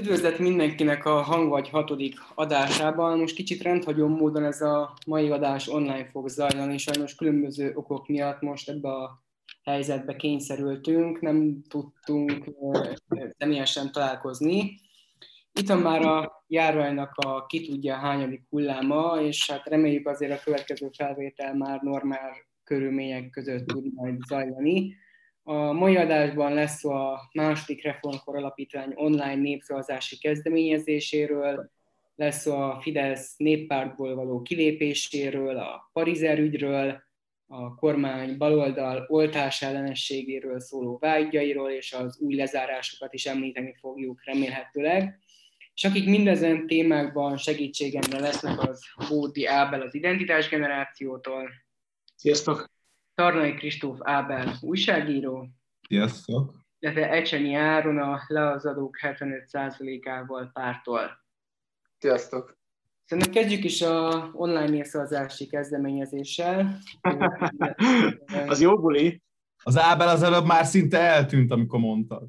Üdvözlet mindenkinek a Hangvagy 6. adásában. Most kicsit rendhagyó módon ez a mai adás online fog zajlani, sajnos különböző okok miatt most ebbe a helyzetbe kényszerültünk, nem tudtunk személyesen találkozni. Itt van már a járványnak a ki tudja hányadik hulláma, és hát reméljük azért a következő felvétel már normál körülmények között tud majd zajlani. A mai adásban lesz szó a második Reformkor Alapítvány online népszavazási kezdeményezéséről, lesz szó a Fidesz néppártból való kilépéséről, a Parizer ügyről, a kormány baloldal oltás ellenességéről szóló vágyairól, és az új lezárásokat is említeni fogjuk remélhetőleg. És akik mindezen témákban segítségemre lesznek, az Bódi Ábel az Identitás Generációtól. Sziasztok! Tarnai Kristóf Ábel újságíró. Sziasztok! Illetve Ecsenyi Áron a Le az adók 75%-ával pártól. Sziasztok! Szerintem kezdjük is a online népszavazási kezdeményezéssel. Az jó buli. Az Ábel az előbb már szinte eltűnt, amikor mondtad.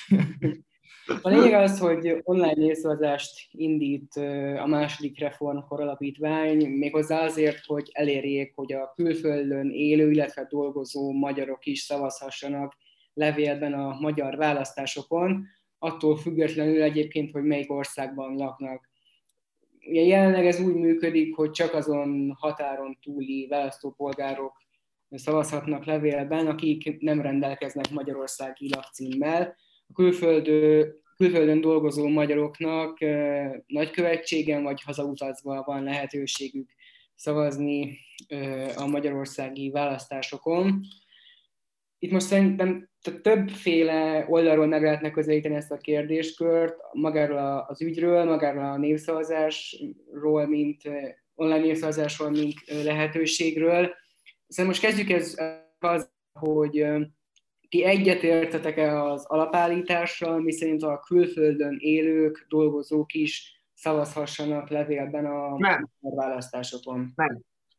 A lényeg az, hogy online népszavazást indít a második Reformkor Alapítvány, méghozzá azért, hogy elérjék, hogy a külföldön élő, illetve dolgozó magyarok is szavazhassanak levélben a magyar választásokon, attól függetlenül egyébként, hogy melyik országban laknak. Ugye jelenleg ez úgy működik, hogy csak azon határon túli választópolgárok szavazhatnak levélben, akik nem rendelkeznek magyarországi lakcímmel. A külföldön dolgozó magyaroknak nagykövetségen vagy hazautazva van lehetőségük szavazni a magyarországi választásokon. Itt most szerintem többféle oldalról meg lehetne közelíteni ezt a kérdéskört, magáról az ügyről, magáról a népszavazásról, mint online népszavazásról, mint lehetőségről. Szóval most kezdjük az, hogy ti egyetértetek-e az alapállítással, miszerint a külföldön élők, dolgozók is szavazhassanak levélben a választásokon? Nem.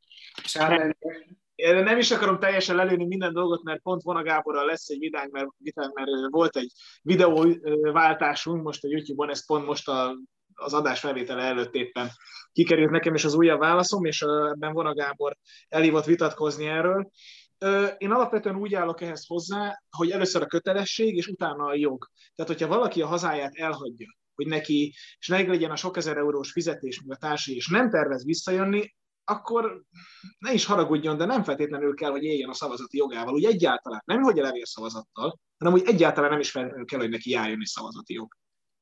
Én nem is akarom teljesen lelőni minden dolgot, mert pont Vona Gáborral lesz egy vitánk, mert volt egy videóváltásunk most a YouTube-on, ez pont most az adás felvétele előtt éppen kikerült nekem is az újabb válaszom, és ebben Vona Gábor elhívott vitatkozni erről. Én alapvetően úgy állok ehhez hozzá, hogy először a kötelesség, és utána a jog. Tehát, hogyha valaki a hazáját elhagyja, hogy neki, és ne legyen a sok ezer eurós fizetés, meg a társai, és nem tervez visszajönni, akkor ne is haragudjon, de nem feltétlenül kell, hogy éljen a szavazati jogával. Úgy egyáltalán, nem hogy a levélszavazattal, hanem úgy egyáltalán nem is feltétlenül kell, hogy neki járjon egy szavazati jog.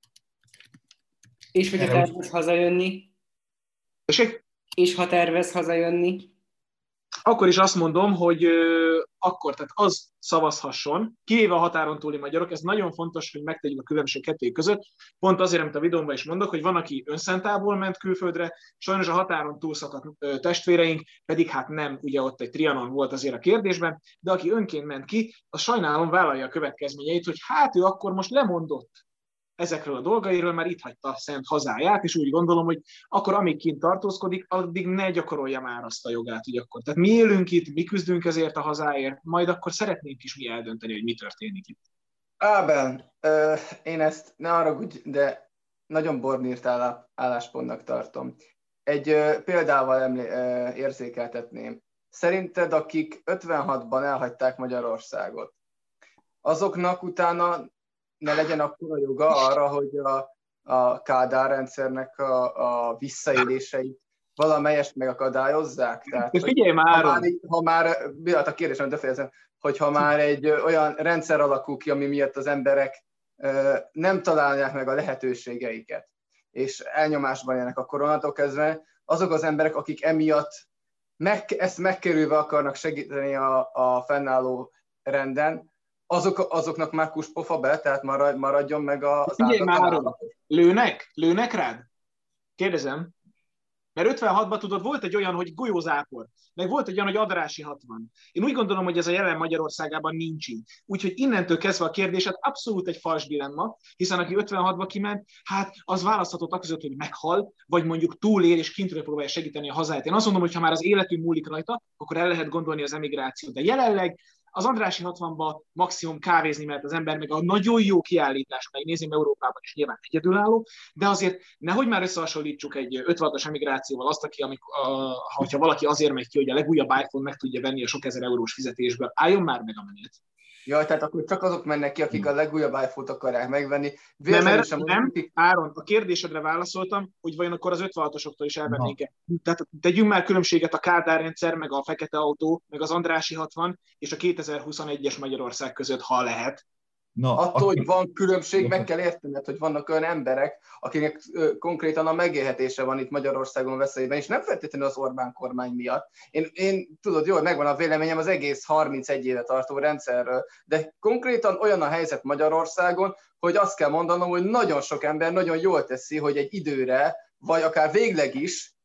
És hogyha tervez hazajönni? És ha tervez hazajönni? Akkor is azt mondom, hogy tehát az szavazhasson, kivéve a határon túli magyarok, ez nagyon fontos, hogy megtegyük a különbség kettő között. Pont azért, amit a videómban is mondok, hogy van, aki önszentából ment külföldre, sajnos a határon túlszakadt testvéreink, pedig hát nem, ugye ott egy Trianon volt azért a kérdésben, de aki önként ment ki, az sajnálom vállalja a következményeit, hogy hát ő akkor most lemondott ezekről a dolgairól, már itt hagyta a szent hazáját, és úgy gondolom, hogy akkor amíg kint tartózkodik, addig ne gyakorolja már azt a jogát, hogy akkor. Tehát mi élünk itt, mi küzdünk ezért a hazáért, majd akkor szeretnénk is mi eldönteni, hogy mi történik itt. Ábel, én ezt ne haragudj, de nagyon bornírt álláspontnak tartom. Egy példával érzékeltetném. Szerinted, akik 56-ban elhagyták Magyarországot, azoknak utána ne legyen akkora joga arra, hogy a Kádár rendszernek a visszaéléseit valamelyest megakadályozzák? Tehát, figyelj már! A kérdésem, befejezem, hogyha már egy olyan rendszer alakul ki, ami miatt az emberek nem találják meg a lehetőségeiket, és elnyomásban élnek a koronától kezdve, azok az emberek, akik emiatt ezt megkerülve akarnak segíteni a fennálló renden, azoknak már kuspofa be, tehát maradjon meg az állatlan. Lőnek rád? Kérdezem. Mert 56-ban tudod, volt egy olyan, hogy golyózápor, meg volt egy olyan, hogy adrási 60. Én úgy gondolom, hogy ez a jelen Magyarországában nincs így. Úgyhogy innentől kezdve a kérdésed abszolút egy fals dilemma, hiszen aki 56-ba kiment, hát az választhatott aközött, hogy meghal, vagy mondjuk túlél és kintről próbálja segíteni a hazáját. Én azt mondom, hogy ha már az életünk múlik rajta, akkor el lehet gondolni az emigrációt. De jelenleg Az Andrássy 60-ban maximum kávézni mehet az ember, meg a nagyon jó kiállítást megnézni, Európában is nyilván egyedülálló, de azért nehogy már összehasonlítsuk egy 56-as emigrációval azt, hogyha valaki azért megy ki, hogy a legújabb iPhone meg tudja venni a sok ezer eurós fizetésből, álljon már meg a menet. Jaj, tehát akkor csak azok mennek ki, akik a legújabb iPhone-t akarják megvenni. Nem, Áron, a kérdésedre válaszoltam, hogy vajon akkor az 56-osoktól is elvennénk-e. Tehát tegyünk már különbséget a Kádár rendszer, meg a fekete autó, meg az Andrássy 60 és a 2021-es Magyarország között, ha lehet. Attól, hogy van különbség, meg kell értened, hogy vannak olyan emberek, akiknek konkrétan a megélhetése van itt Magyarországon veszélyben, és nem feltétlenül az Orbán kormány miatt. Én tudod, jól megvan a véleményem az egész 31 éve tartó rendszerről, de konkrétan olyan a helyzet Magyarországon, hogy azt kell mondanom, hogy nagyon sok ember nagyon jól teszi, hogy egy időre, vagy akár végleg is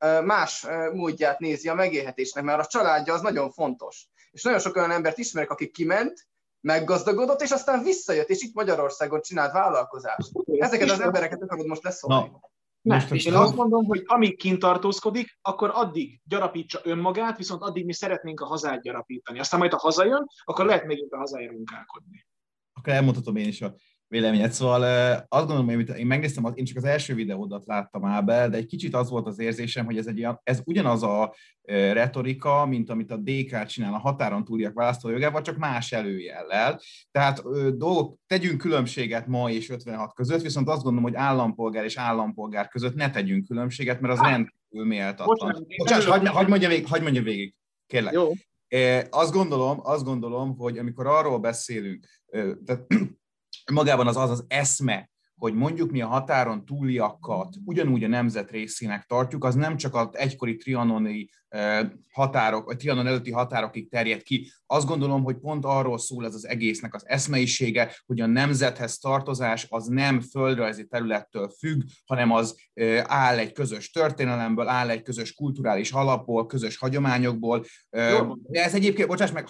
más módját nézi a megélhetésnek, mert a családja az nagyon fontos. És nagyon sok olyan embert ismerek, aki kiment, meggazdagodott, és aztán visszajött, és itt Magyarországon csinált vállalkozást. Ezeket az embereket akarod most leszólni. Én azt mondom, hogy amíg kint tartózkodik, akkor addig gyarapítsa önmagát, viszont addig mi szeretnénk a hazát gyarapítani. Aztán majd, ha hazajön, akkor lehet megint a hazáért munkálkodni. Akkor elmondhatom én is a véleményet. Szóval azt gondolom, hogy én megnéztem, én csak az első videódat láttam Ábel, de egy kicsit az volt az érzésem, hogy ez ugyanaz a retorika, mint amit a DK csinál a határon túliak választójogával, csak más előjellel. Tehát tegyünk különbséget ma és 56 között, viszont azt gondolom, hogy állampolgár és állampolgár között ne tegyünk különbséget, mert az rendkívül méltatlan. Bocsánat, hagyd mondja végig, kérlek. Jó. Azt gondolom, hogy amikor arról beszélünk, tehát magában az eszme, hogy mondjuk mi a határon túliakat ugyanúgy a nemzet részének tartjuk, az nem csak az egykori trianoni határok, vagy Trianon előtti határokig terjed ki. Azt gondolom, hogy pont arról szól ez az egésznek az eszmeisége, hogy a nemzethez tartozás az nem földrajzi területtől függ, hanem az áll egy közös történelemből, áll egy közös kulturális alapból, közös hagyományokból. De ez egyébként,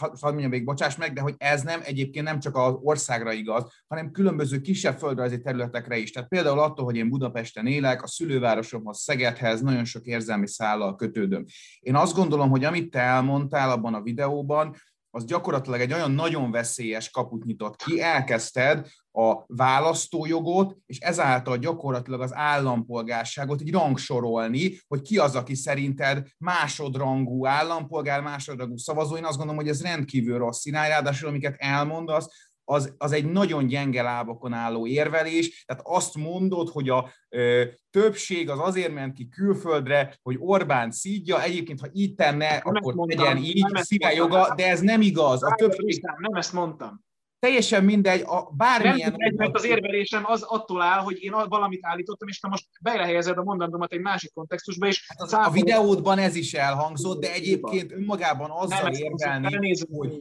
bocsáss meg, de hogy ez nem egyébként nem csak az országra igaz, hanem különböző kisebb földrajzi területekre is. Tehát például attól, hogy én Budapesten élek, a szülővárosomhoz, Szegedhez nagyon sok érzelmi szállal kötődöm. Én azt gondolom, hogy amit te elmondtál abban a videóban, az gyakorlatilag egy olyan nagyon veszélyes kaput nyitott ki. Elkezdted a választójogot, és ezáltal gyakorlatilag az állampolgárságot így rangsorolni, hogy ki az, aki szerinted másodrangú állampolgár, másodrangú szavazó. Én azt gondolom, hogy ez rendkívül rossz irány, ráadásul amiket elmondasz, az egy nagyon gyenge lábakon álló érvelés, tehát azt mondod, hogy a többség az azért ment ki külföldre, hogy Orbán szídja, egyébként ha így tenne, akkor legyen így, szíve joga, de ez nem igaz. A többség... Nem ezt mondtam. Teljesen mindegy, bármilyen... Mert az érvelésem az attól áll, hogy én valamit állítottam, és te most belehelyezed a mondandómat egy másik kontextusba, és... Hát a videódban ez is elhangzott, de egyébként önmagában azzal érvelni,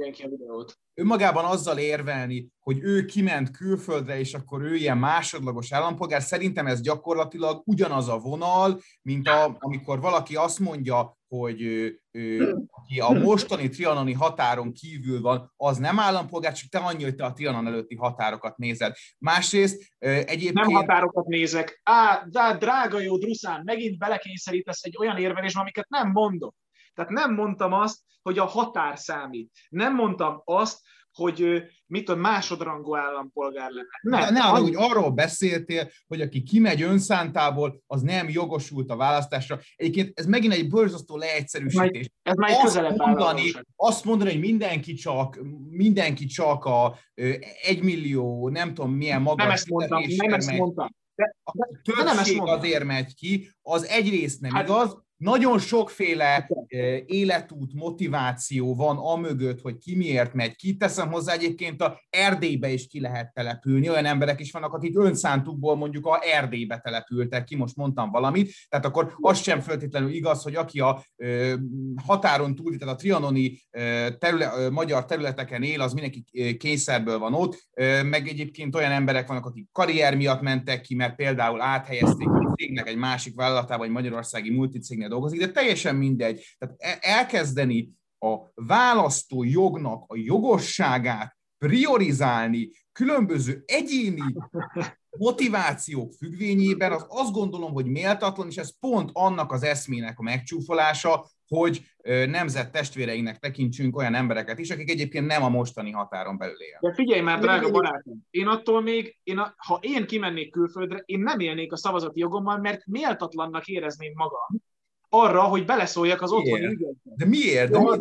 hogy ő kiment külföldre, és akkor ő ilyen másodlagos állampolgár, szerintem ez gyakorlatilag ugyanaz a vonal, mint amikor valaki azt mondja, hogy aki a mostani trianoni határon kívül van, az nem állampolgár, csak te annyi, hogy te a Trianon előtti határokat nézed. Másrészt egyébként... Nem határokat nézek. De drága jó Druszán, megint belekényszerítesz egy olyan érvelésbe, amiket nem mondok. Tehát nem mondtam azt, hogy a határ számít. Nem mondtam azt, hogy másodrangú állampolgár lenne. Nem, hogy arról beszéltél, hogy aki kimegy önszántából, az nem jogosult a választásra. Egyébként ez megint egy borzasztó leegyszerűsítés. Ez már közelebb azt mondani, hogy mindenki csak a 1 millió, nem tudom milyen magas... Nem ezt mondtam. A többség azért megy ki, az egyrészt nem igaz, nagyon sokféle életút, motiváció van amögött, hogy ki miért megy ki. Teszem hozzá, egyébként a Erdélybe is ki lehet települni. Olyan emberek is vannak, akik önszántukból mondjuk a Erdélybe települtek ki, most mondtam valamit. Tehát akkor az sem feltétlenül igaz, hogy aki a határon túl, tehát a trianoni magyar területeken él, az mindenki kényszerből van ott. Meg egyébként olyan emberek vannak, akik karrier miatt mentek ki, mert például áthelyezték a cégnek egy másik vállalatába, egy magyarországi multicégnél dolgozik, de teljesen mindegy. Tehát elkezdeni a választó jognak a jogosságát priorizálni különböző egyéni motivációk függvényében az azt gondolom, hogy méltatlan, és ez pont annak az eszmének a megcsúfolása, hogy nemzettestvéreinek tekintsünk olyan embereket is, akik egyébként nem a mostani határon belül élnek. De figyelj már, drága barátom, én attól még, ha én kimennék külföldre, én nem élnék a szavazati jogommal, mert méltatlannak érezném magam arra, hogy beleszóljak az otthoni ügyekbe. De miért? Jó,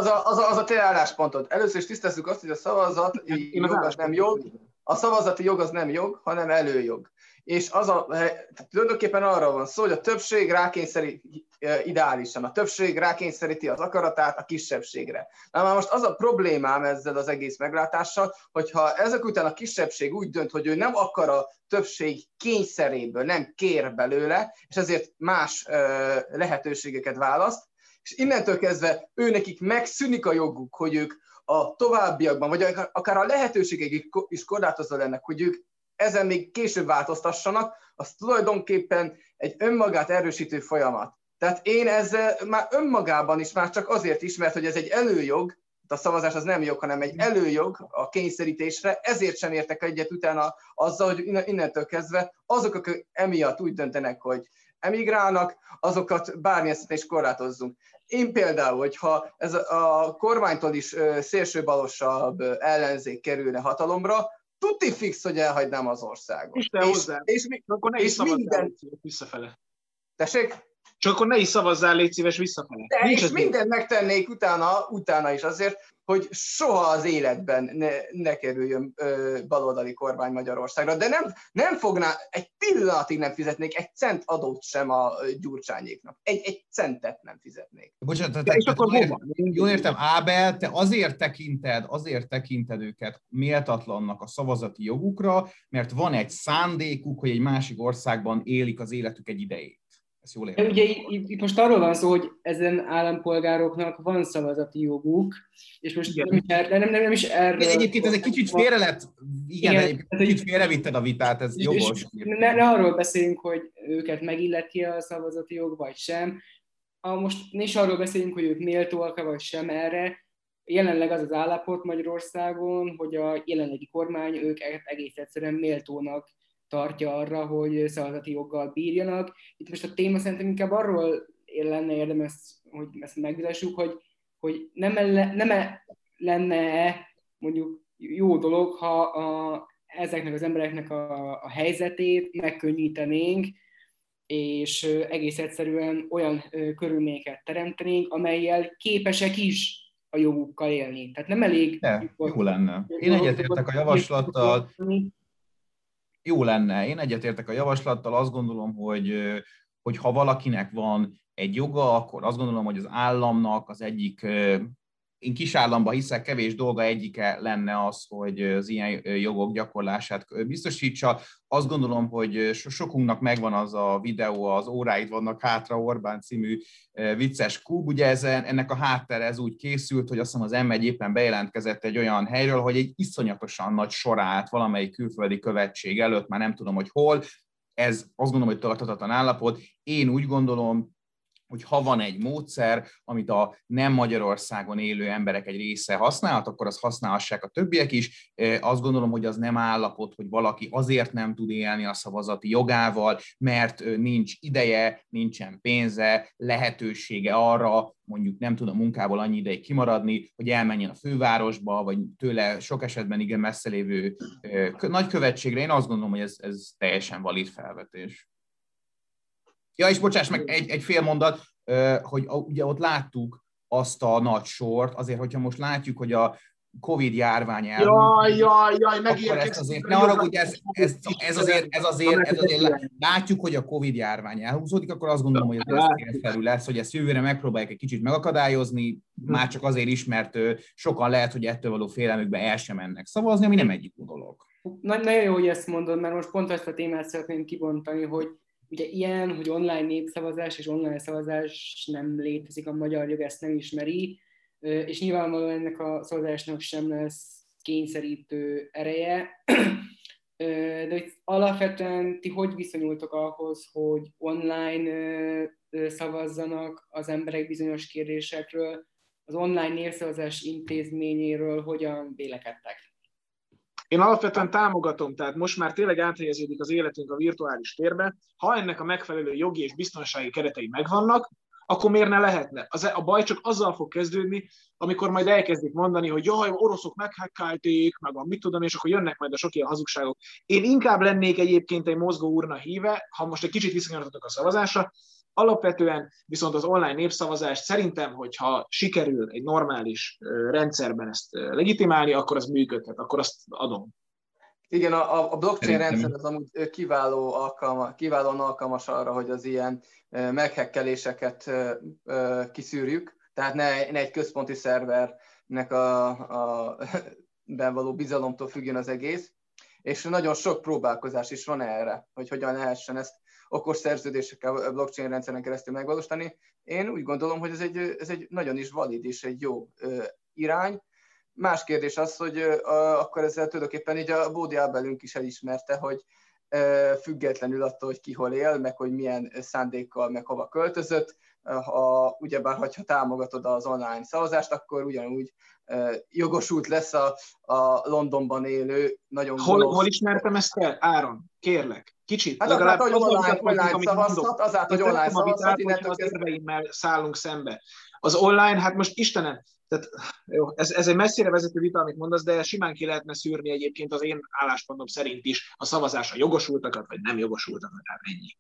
az a te álláspontod. Először is tisztázzuk azt, hogy a szavazati jog az nem jog. A szavazati jog az nem jog, hanem előjog. És tulajdonképpen arra van szó, hogy a többség rákényszeríti ideálisan. A többség rákényszeríti az akaratát a kisebbségre. Na már most az a problémám ezzel az egész meglátással, hogyha ezek után a kisebbség úgy dönt, hogy ő nem akar a többség kényszeréből, nem kér belőle, és ezért más lehetőségeket választ, és innentől kezdve őnekik megszűnik a joguk, hogy ők a továbbiakban, vagy akár a lehetőségek is korlátozva lennek, hogy ők ezen még később változtassanak, az tulajdonképpen egy önmagát erősítő folyamat. Tehát én ezzel már önmagában is már csak azért is, mert hogy ez egy előjog, a szavazás az nem jog, hanem egy előjog a kényszerítésre, ezért sem értek egyet utána azzal, hogy innentől kezdve azok, akik emiatt úgy döntenek, hogy emigrálnak, azokat bármilyen szinten is korlátozzunk. Én például, hogyha ez a kormánytól is szélsőbalosabb ellenzék kerülne hatalomra, tuti fix, hogy elhagynám az országot. Isten hozzá. Akkor ne is szavazzál visszafele. Tessék? Csak akkor ne is szavazzál, légy szíves, visszafele. És mindent megtennék utána is azért, hogy soha az életben ne kerüljön baloldali kormány Magyarországra. De nem fogná, egy pillanatig nem fizetnék egy cent adót sem a Gyurcsányéknak. Egy centet nem fizetnék. Bocsánat, és akkor jól értem, Ábel, te azért tekinted őket méltatlannak a szavazati jogukra, mert van egy szándékuk, hogy egy másik országban élik az életük egy ideig. Jól értem. Ugye itt most arról van szó, hogy ezen állampolgároknak van szavazati joguk, és most nem is erről... Egyébként ez egy kicsit félre lett, igen, kicsit félrevitted a vitát, ez jogos. Ne arról beszéljünk, hogy őket megilleti a szavazati jog, vagy sem. Most ne is arról beszéljünk, hogy ők méltóak-e, vagy sem erre. Jelenleg az az állapot Magyarországon, hogy a jelenlegi kormány őket egész egyszerűen méltónak tartja arra, hogy szavazati joggal bírjanak. Itt most a téma szerintem inkább arról lenne érdemes, hogy ezt megvitassuk, hogy nem lenne mondjuk jó dolog, ha ezeknek az embereknek a helyzetét megkönnyítenénk, és egész egyszerűen olyan körülményeket teremtenénk, amellyel képesek is a jogukkal élni. Tehát nem elég... Jó lenne. Én egyetértek a javaslattal. Jó lenne. Én egyetértek a javaslattal, azt gondolom, hogy ha valakinek van egy joga, akkor azt gondolom, hogy az államnak az egyik, én kis államban hiszek, kevés dolga egyike lenne az, hogy az ilyen jogok gyakorlását biztosítsa. Azt gondolom, hogy sokunknak megvan az a videó, az Óráid vannak hátra Orbán című vicces kúp. Ugye ennek a háttere ez úgy készült, hogy azt hiszem az M1 éppen bejelentkezett egy olyan helyről, hogy egy iszonyatosan nagy sorát valamelyik külföldi követség előtt, már nem tudom, hogy hol. Ez azt gondolom, hogy tarthatatlan állapot. Én úgy gondolom, hogy ha van egy módszer, amit a nem Magyarországon élő emberek egy része használhat, akkor azt használhassák a többiek is. Azt gondolom, hogy az nem állapot, hogy valaki azért nem tud élni a szavazati jogával, mert nincs ideje, nincsen pénze, lehetősége arra, mondjuk nem tud a munkából annyi ideig kimaradni, hogy elmenjen a fővárosba, vagy tőle sok esetben igen messze lévő nagykövetségre. Én azt gondolom, hogy ez teljesen valid felvetés. Ja, és bocsáss meg, egy fél mondat, hogy ugye ott láttuk azt a nagy sort, azért, hogyha most látjuk, hogy a Covid járvány Jaj, megérkezik. Azért ne arra, hogy ez azért látjuk, hogy a Covid járvány elhúzódik, akkor azt gondolom, hogy ez célszerű lesz, hogy ezt jövőre megpróbálják egy kicsit megakadályozni, már csak azért is, mert sokan lehet, hogy ettől való félelmükben el sem mennek szavazni, ami nem egyik dolog. Nagyon jó, hogy ezt mondod, mert most pont ezt a témát szeretném kibontani, hogy ugye ilyen, hogy online népszavazás és online szavazás nem létezik, a magyar jog ezt nem ismeri, és nyilvánvalóan ennek a szavazásnak sem lesz kényszerítő ereje. De hogy alapvetően ti hogy viszonyultok ahhoz, hogy online szavazzanak az emberek bizonyos kérdésekről, az online népszavazás intézményéről hogyan vélekedtek? Én alapvetően támogatom, tehát most már tényleg áthelyeződik az életünk a virtuális térbe. Ha ennek a megfelelő jogi és biztonsági keretei megvannak, akkor miért ne lehetne? A baj csak azzal fog kezdődni, amikor majd elkezdik mondani, hogy jaj, oroszok meghackelték, meg a mit tudom, és akkor jönnek majd a sok ilyen hazugságok. Én inkább lennék egyébként egy mozgó urna híve, ha most egy kicsit viszonyítatok a szavazásra. Alapvetően viszont az online népszavazást szerintem, hogyha sikerül egy normális rendszerben ezt legitimálni, akkor az működhet, akkor azt adom. Igen, a blockchain rendszer az amúgy kiválóan alkalmas arra, hogy az ilyen meghekkeléseket kiszűrjük, tehát ne egy központi szervernek ben való bizalomtól függjön az egész, és nagyon sok próbálkozás is van erre, hogy hogyan lehessen ezt okos szerződésekkel a blockchain rendszeren keresztül megvalósítani. Én úgy gondolom, hogy ez egy nagyon is valid és egy jó irány. Más kérdés az, hogy akkor ezzel tulajdonképpen így a Bódi Ábelünk is elismerte, hogy függetlenül attól, hogy ki hol él, meg hogy milyen szándékkal, meg hova költözött, ugyebár, hogyha támogatod az online szavazást, akkor ugyanúgy jogosult lesz a Londonban élő nagyon Hol ismertem ezt el? Áron, kérlek, kicsit. Hát legalább hogy online szavazhat, azáltal, hogy online szavazhat, innentől az érveimmel szállunk szembe. Az online, hát most Istenem, tehát, jó, ez egy messzire vezető vita, amit mondasz, de simán ki lehetne szűrni egyébként az én álláspontom szerint is a szavazásra jogosultakat, vagy nem jogosultakat, tehát ennyi.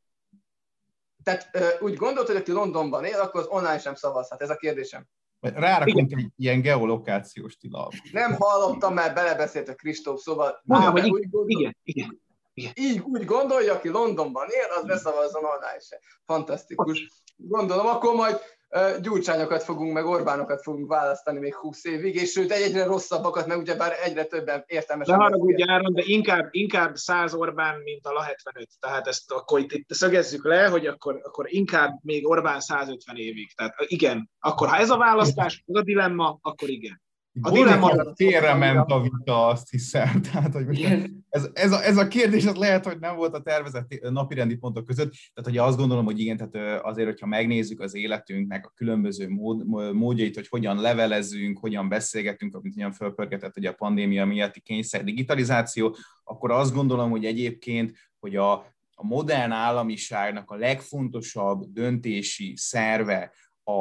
Tehát úgy gondolt, hogy aki Londonban él, akkor az online sem szavazhat, ez a kérdésem. Rárakunk egy ilyen geolokációs tilalmat. Nem hallottam, mert belebeszélt a Kristóf, szóval... Igen. Így úgy gondolja, aki Londonban él, az ne szavazzon online se. Fantasztikus. Gondolom, akkor majd Gyurcsányokat fogunk, meg Orbánokat fogunk választani még 20 évig, és sőt egyre rosszabbakat, meg ugyebár egyre többen értelmesen. Ne haragudj, Áron, de inkább 100 Orbán, mint a La 75. Tehát ezt akkor itt szögezzük le, hogy akkor inkább még Orbán 150 évig. Tehát igen, akkor ha ez a választás, ez a dilemma, akkor igen. A dilemma félrement a vita, azt hiszem. Tehát, hogy ez a kérdés az lehet, hogy nem volt a tervezett napirendi pontok között. Tehát, hogy azt gondolom, hogy igen, tehát azért, hogyha megnézzük az életünknek a különböző módjait, hogy hogyan levelezünk, hogyan beszélgetünk, amit olyan fölpörgetett, hogy a pandémia miatti kényszer digitalizáció, akkor azt gondolom, hogy egyébként, hogy a modern államiságnak a legfontosabb döntési szerve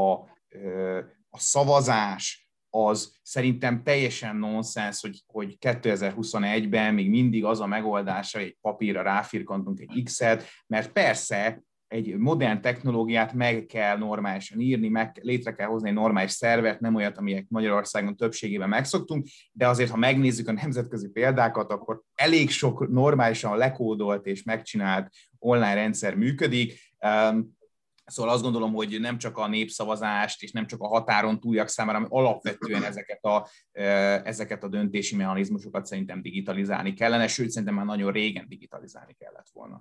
a szavazás, az szerintem teljesen nonsens, hogy 2021-ben még mindig az a megoldása, egy papírra ráfirkantunk egy X-et, mert persze egy modern technológiát meg kell normálisan írni, létre kell hozni egy normális szervert, nem olyat, amilyet Magyarországon többségében megszoktunk, de azért, ha megnézzük a nemzetközi példákat, akkor elég sok normálisan lekódolt és megcsinált online rendszer működik. Szóval azt gondolom, hogy nem csak a népszavazást és nem csak a határon túliak számára, hanem alapvetően ezeket a döntési mechanizmusokat szerintem digitalizálni kellene, sőt, szerintem már nagyon régen digitalizálni kellett volna.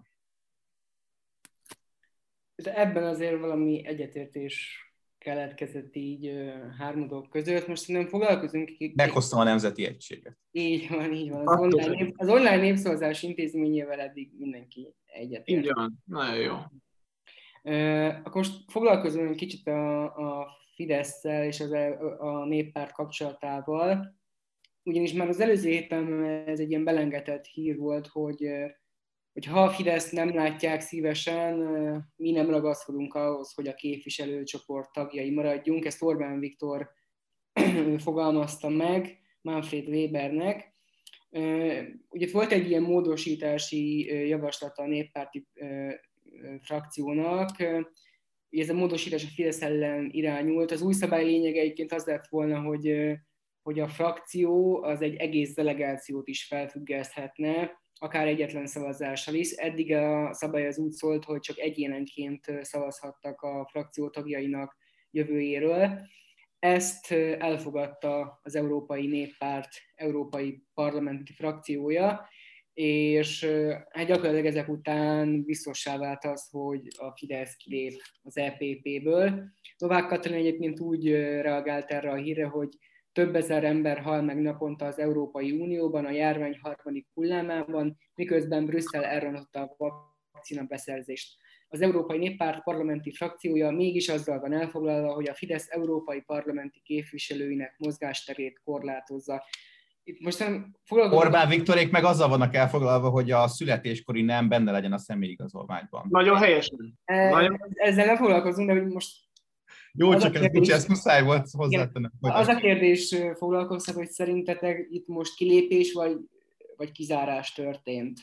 De ebben azért valami egyetértés keletkezett így hármadók között. Most szerintem foglalkozunk... Meghoztam a nemzeti egységet. Így van. Az online népszavazás intézményével eddig mindenki egyetért. Így van, nagyon jó. Akkor most foglalkozunk egy kicsit a Fidesz-szel és a néppárt kapcsolatával, ugyanis már az előző héten ez egy ilyen belengetett hír volt, hogy ha a Fidesz nem látják szívesen, mi nem ragaszkodunk ahhoz, hogy a képviselőcsoport tagjai maradjunk. Ezt Orbán Viktor fogalmazta meg Manfred Webernek. Ugye volt egy ilyen módosítási javaslata a néppárti frakciónak. Ez a módosítás a Fidesz ellen irányult. Az új szabály lényege egyébként az lett volna, hogy a frakció az egy egész delegációt is felfüggeszthetne, akár egyetlen szavazással is. Eddig a szabály az úgy szólt, hogy csak egyénenként szavazhattak a frakció tagjainak jövőjéről. Ezt elfogadta az Európai Néppárt európai parlamenti frakciója, és hát gyakorlatilag ezek után biztossá vált az, hogy a Fidesz kilép az EPP-ből. Novák Katalin egyébként úgy reagált erre a hírre, hogy több ezer ember hal meg naponta az Európai Unióban a járvány harmadik hullámában, miközben Brüsszel elrontotta a vakcina beszerzést. Az Európai Néppárt parlamenti frakciója mégis azzal van elfoglalva, hogy a Fidesz európai parlamenti képviselőinek mozgásterét korlátozza. itt most foglalkozunk... Orbán Viktorék meg azzal vannak elfoglalva, hogy a születéskori nem benne legyen a személyigazolványban. Nagyon helyesen. Ezzel nem foglalkozunk, de hogy most... Jó, csak ez muszáj volt hozzátennem. Az a kérdés foglalkoztat, hogy szerintetek itt most kilépés vagy kizárás történt?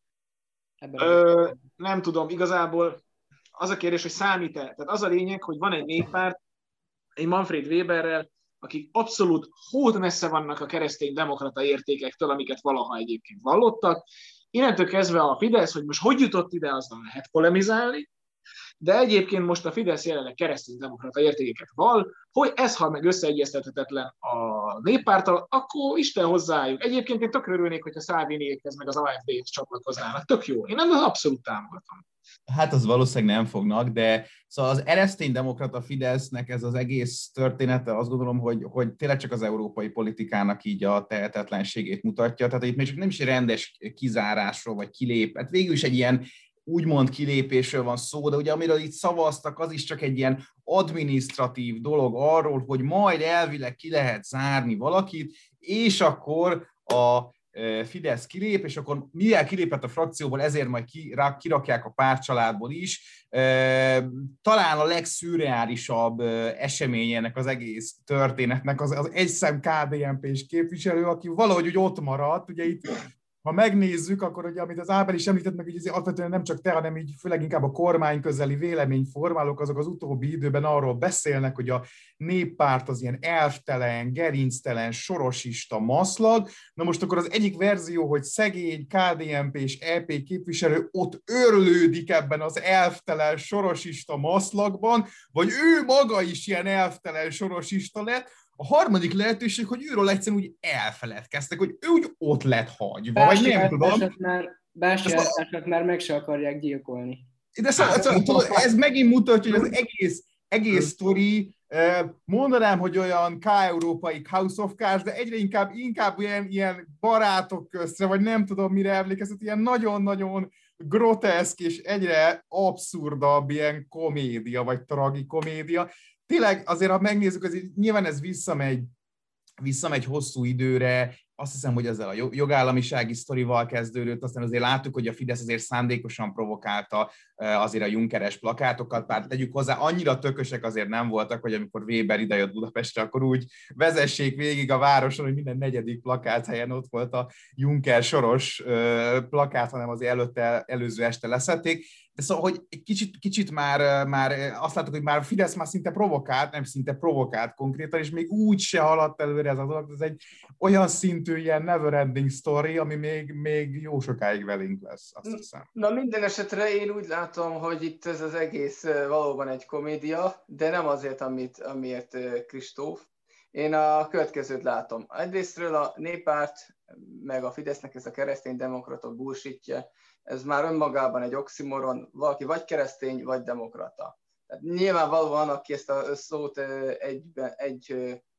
Nem tudom, igazából az a kérdés, hogy számít-e. Tehát az a lényeg, hogy van egy néppárt, egy Manfred Weberrel, akik abszolút hódmessze vannak a keresztény-demokrata értékektől, amiket valaha egyébként vallottak. Innentől kezdve a Fidesz, hogy most hogy jutott ide, azon lehet polemizálni, de egyébként most a Fidesz jelenleg keresztény-demokrata értékeket vall, hogy ez, ha meg összeegyeztethetetlen a néppárttal, akkor Isten hozzájuk. Egyébként én tökre örülnék, hogyha Salviniékhez meg az AfD-hez csatlakoznának. Tök jó. Én nem abszolút támogatom. Hát az valószínűleg nem fognak, de szóval az keresztény-demokrata Fidesznek ez az egész története, azt gondolom, hogy tényleg csak az európai politikának így a tehetetlenségét mutatja. Tehát itt még csak nem is egy rendes kizárásról vagy kilép. Hát végül is egy ilyen úgymond kilépésről van szó, de ugye amiről itt szavaztak, az is csak egy ilyen adminisztratív dolog arról, hogy majd elvileg ki lehet zárni valakit, és akkor a Fidesz kilép, és akkor mivel kilépett a frakcióból, ezért majd kirakják a pártcsaládból is. Talán a legszürreálisabb esemény ennek az egész történetnek az egyszem KDNP-s képviselő, aki valahogy úgy ott maradt, ugye itt ha megnézzük, akkor ugye, amit az Ábel is említett meg, hogy ez alapvetően nem csak te, hanem így főleg inkább a kormány közeli véleményformálók, azok az utóbbi időben arról beszélnek, hogy a néppárt az ilyen elvtelen, gerinctelen, sorosista maszlag. Na most akkor az egyik verzió, hogy szegény KDNP és EP képviselő ott őrlődik ebben az elvtelen, sorosista maszlagban, vagy ő maga is ilyen elvtelen, sorosista lett. A harmadik lehetőség, hogy őről egyszerűen úgy elfeledkeztek, hogy ő úgy ott lett hagyva, vagy nem tudom. Bási eltársat már meg se akarják gyilkolni. De szóval, ez megint mutatja, hogy az egész sztori, mondanám, hogy olyan K-európai House of Cards, de egyre inkább ilyen barátok köztre, vagy nem tudom mire emlékeztet, ilyen nagyon-nagyon groteszk és egyre abszurdabb ilyen komédia, vagy tragikomédia. Tényleg azért, ha megnézzük, azért nyilván ez visszamegy hosszú időre, azt hiszem, hogy ezzel a jogállamisági sztorival kezdődött, aztán azért láttuk, hogy a Fidesz azért szándékosan provokálta azért a Junckeres plakátokat, bár tegyük hozzá, annyira tökösek azért nem voltak, hogy amikor Weber idejött Budapestre, akkor úgy vezessék végig a városon, hogy minden negyedik plakát helyen ott volt a Juncker soros plakát, hanem azért előző este leszették. De szóval, hogy egy kicsit már azt láttuk, hogy már Fidesz már szinte provokált konkrétan, és még úgy se haladt előre ez a dolog. Ez egy olyan szintű ilyen never-ending story, ami még jó sokáig velünk lesz, azt hiszem. Na minden esetre én úgy látom, hogy itt ez az egész valóban egy komédia, de nem azért, amiért Kristóf. Én a következőt látom. Egyrésztről a néppárt, meg a Fidesznek ez a keresztény-demokrata bullshitje, ez már önmagában egy oximoron, valaki vagy keresztény, vagy demokrata. Tehát nyilvánvalóan, aki ezt a szót egy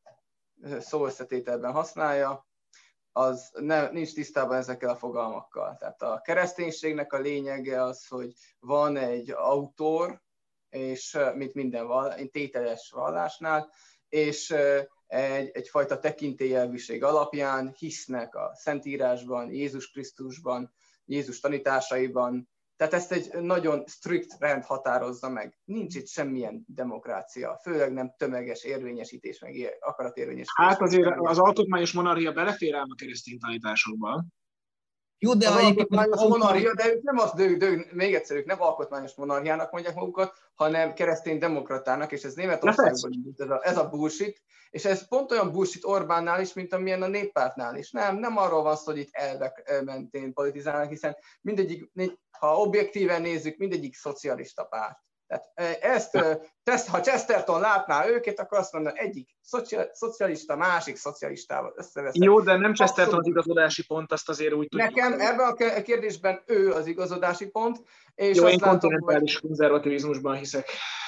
szóösszetételben használja, az nincs tisztában ezekkel a fogalmakkal. Tehát a kereszténységnek a lényege az, hogy van egy autor, és mint minden tételes vallásnál, és egyfajta tekintélyelvűség alapján hisznek a Szentírásban, Jézus Krisztusban, Jézus tanításaiban. Tehát ezt egy nagyon strikt rend határozza meg. Nincs itt semmilyen demokrácia, főleg nem tömeges érvényesítés, meg akaratérvényesítés. Hát azért az alkotmányos monarchia belefér ám a keresztény tanításokba. Jó, de az alkotmányos monarchia, de ők nem még egyszer, ők nem alkotmányos monarchiának mondják magukat, hanem keresztény demokratának, és ez Németországban indult ez a bullshit, és ez pont olyan bullshit Orbánnál is, mint amilyen a néppártnál is. Nem arról van szó, hogy itt elvek mentén politizálnak, hiszen mindegyik, ha objektíven nézzük, mindegyik szocialista párt. Tehát ha Chesterton látná őket, akkor azt mondaná, egyik szocialista, másik szocialistával összeveszett. Jó, de nem Chesterton az igazodási pont, azt azért úgy tudjuk. Nekem ebben a kérdésben ő az igazodási pont. És jó, azt én kontinentális konzervativizmusban hiszek.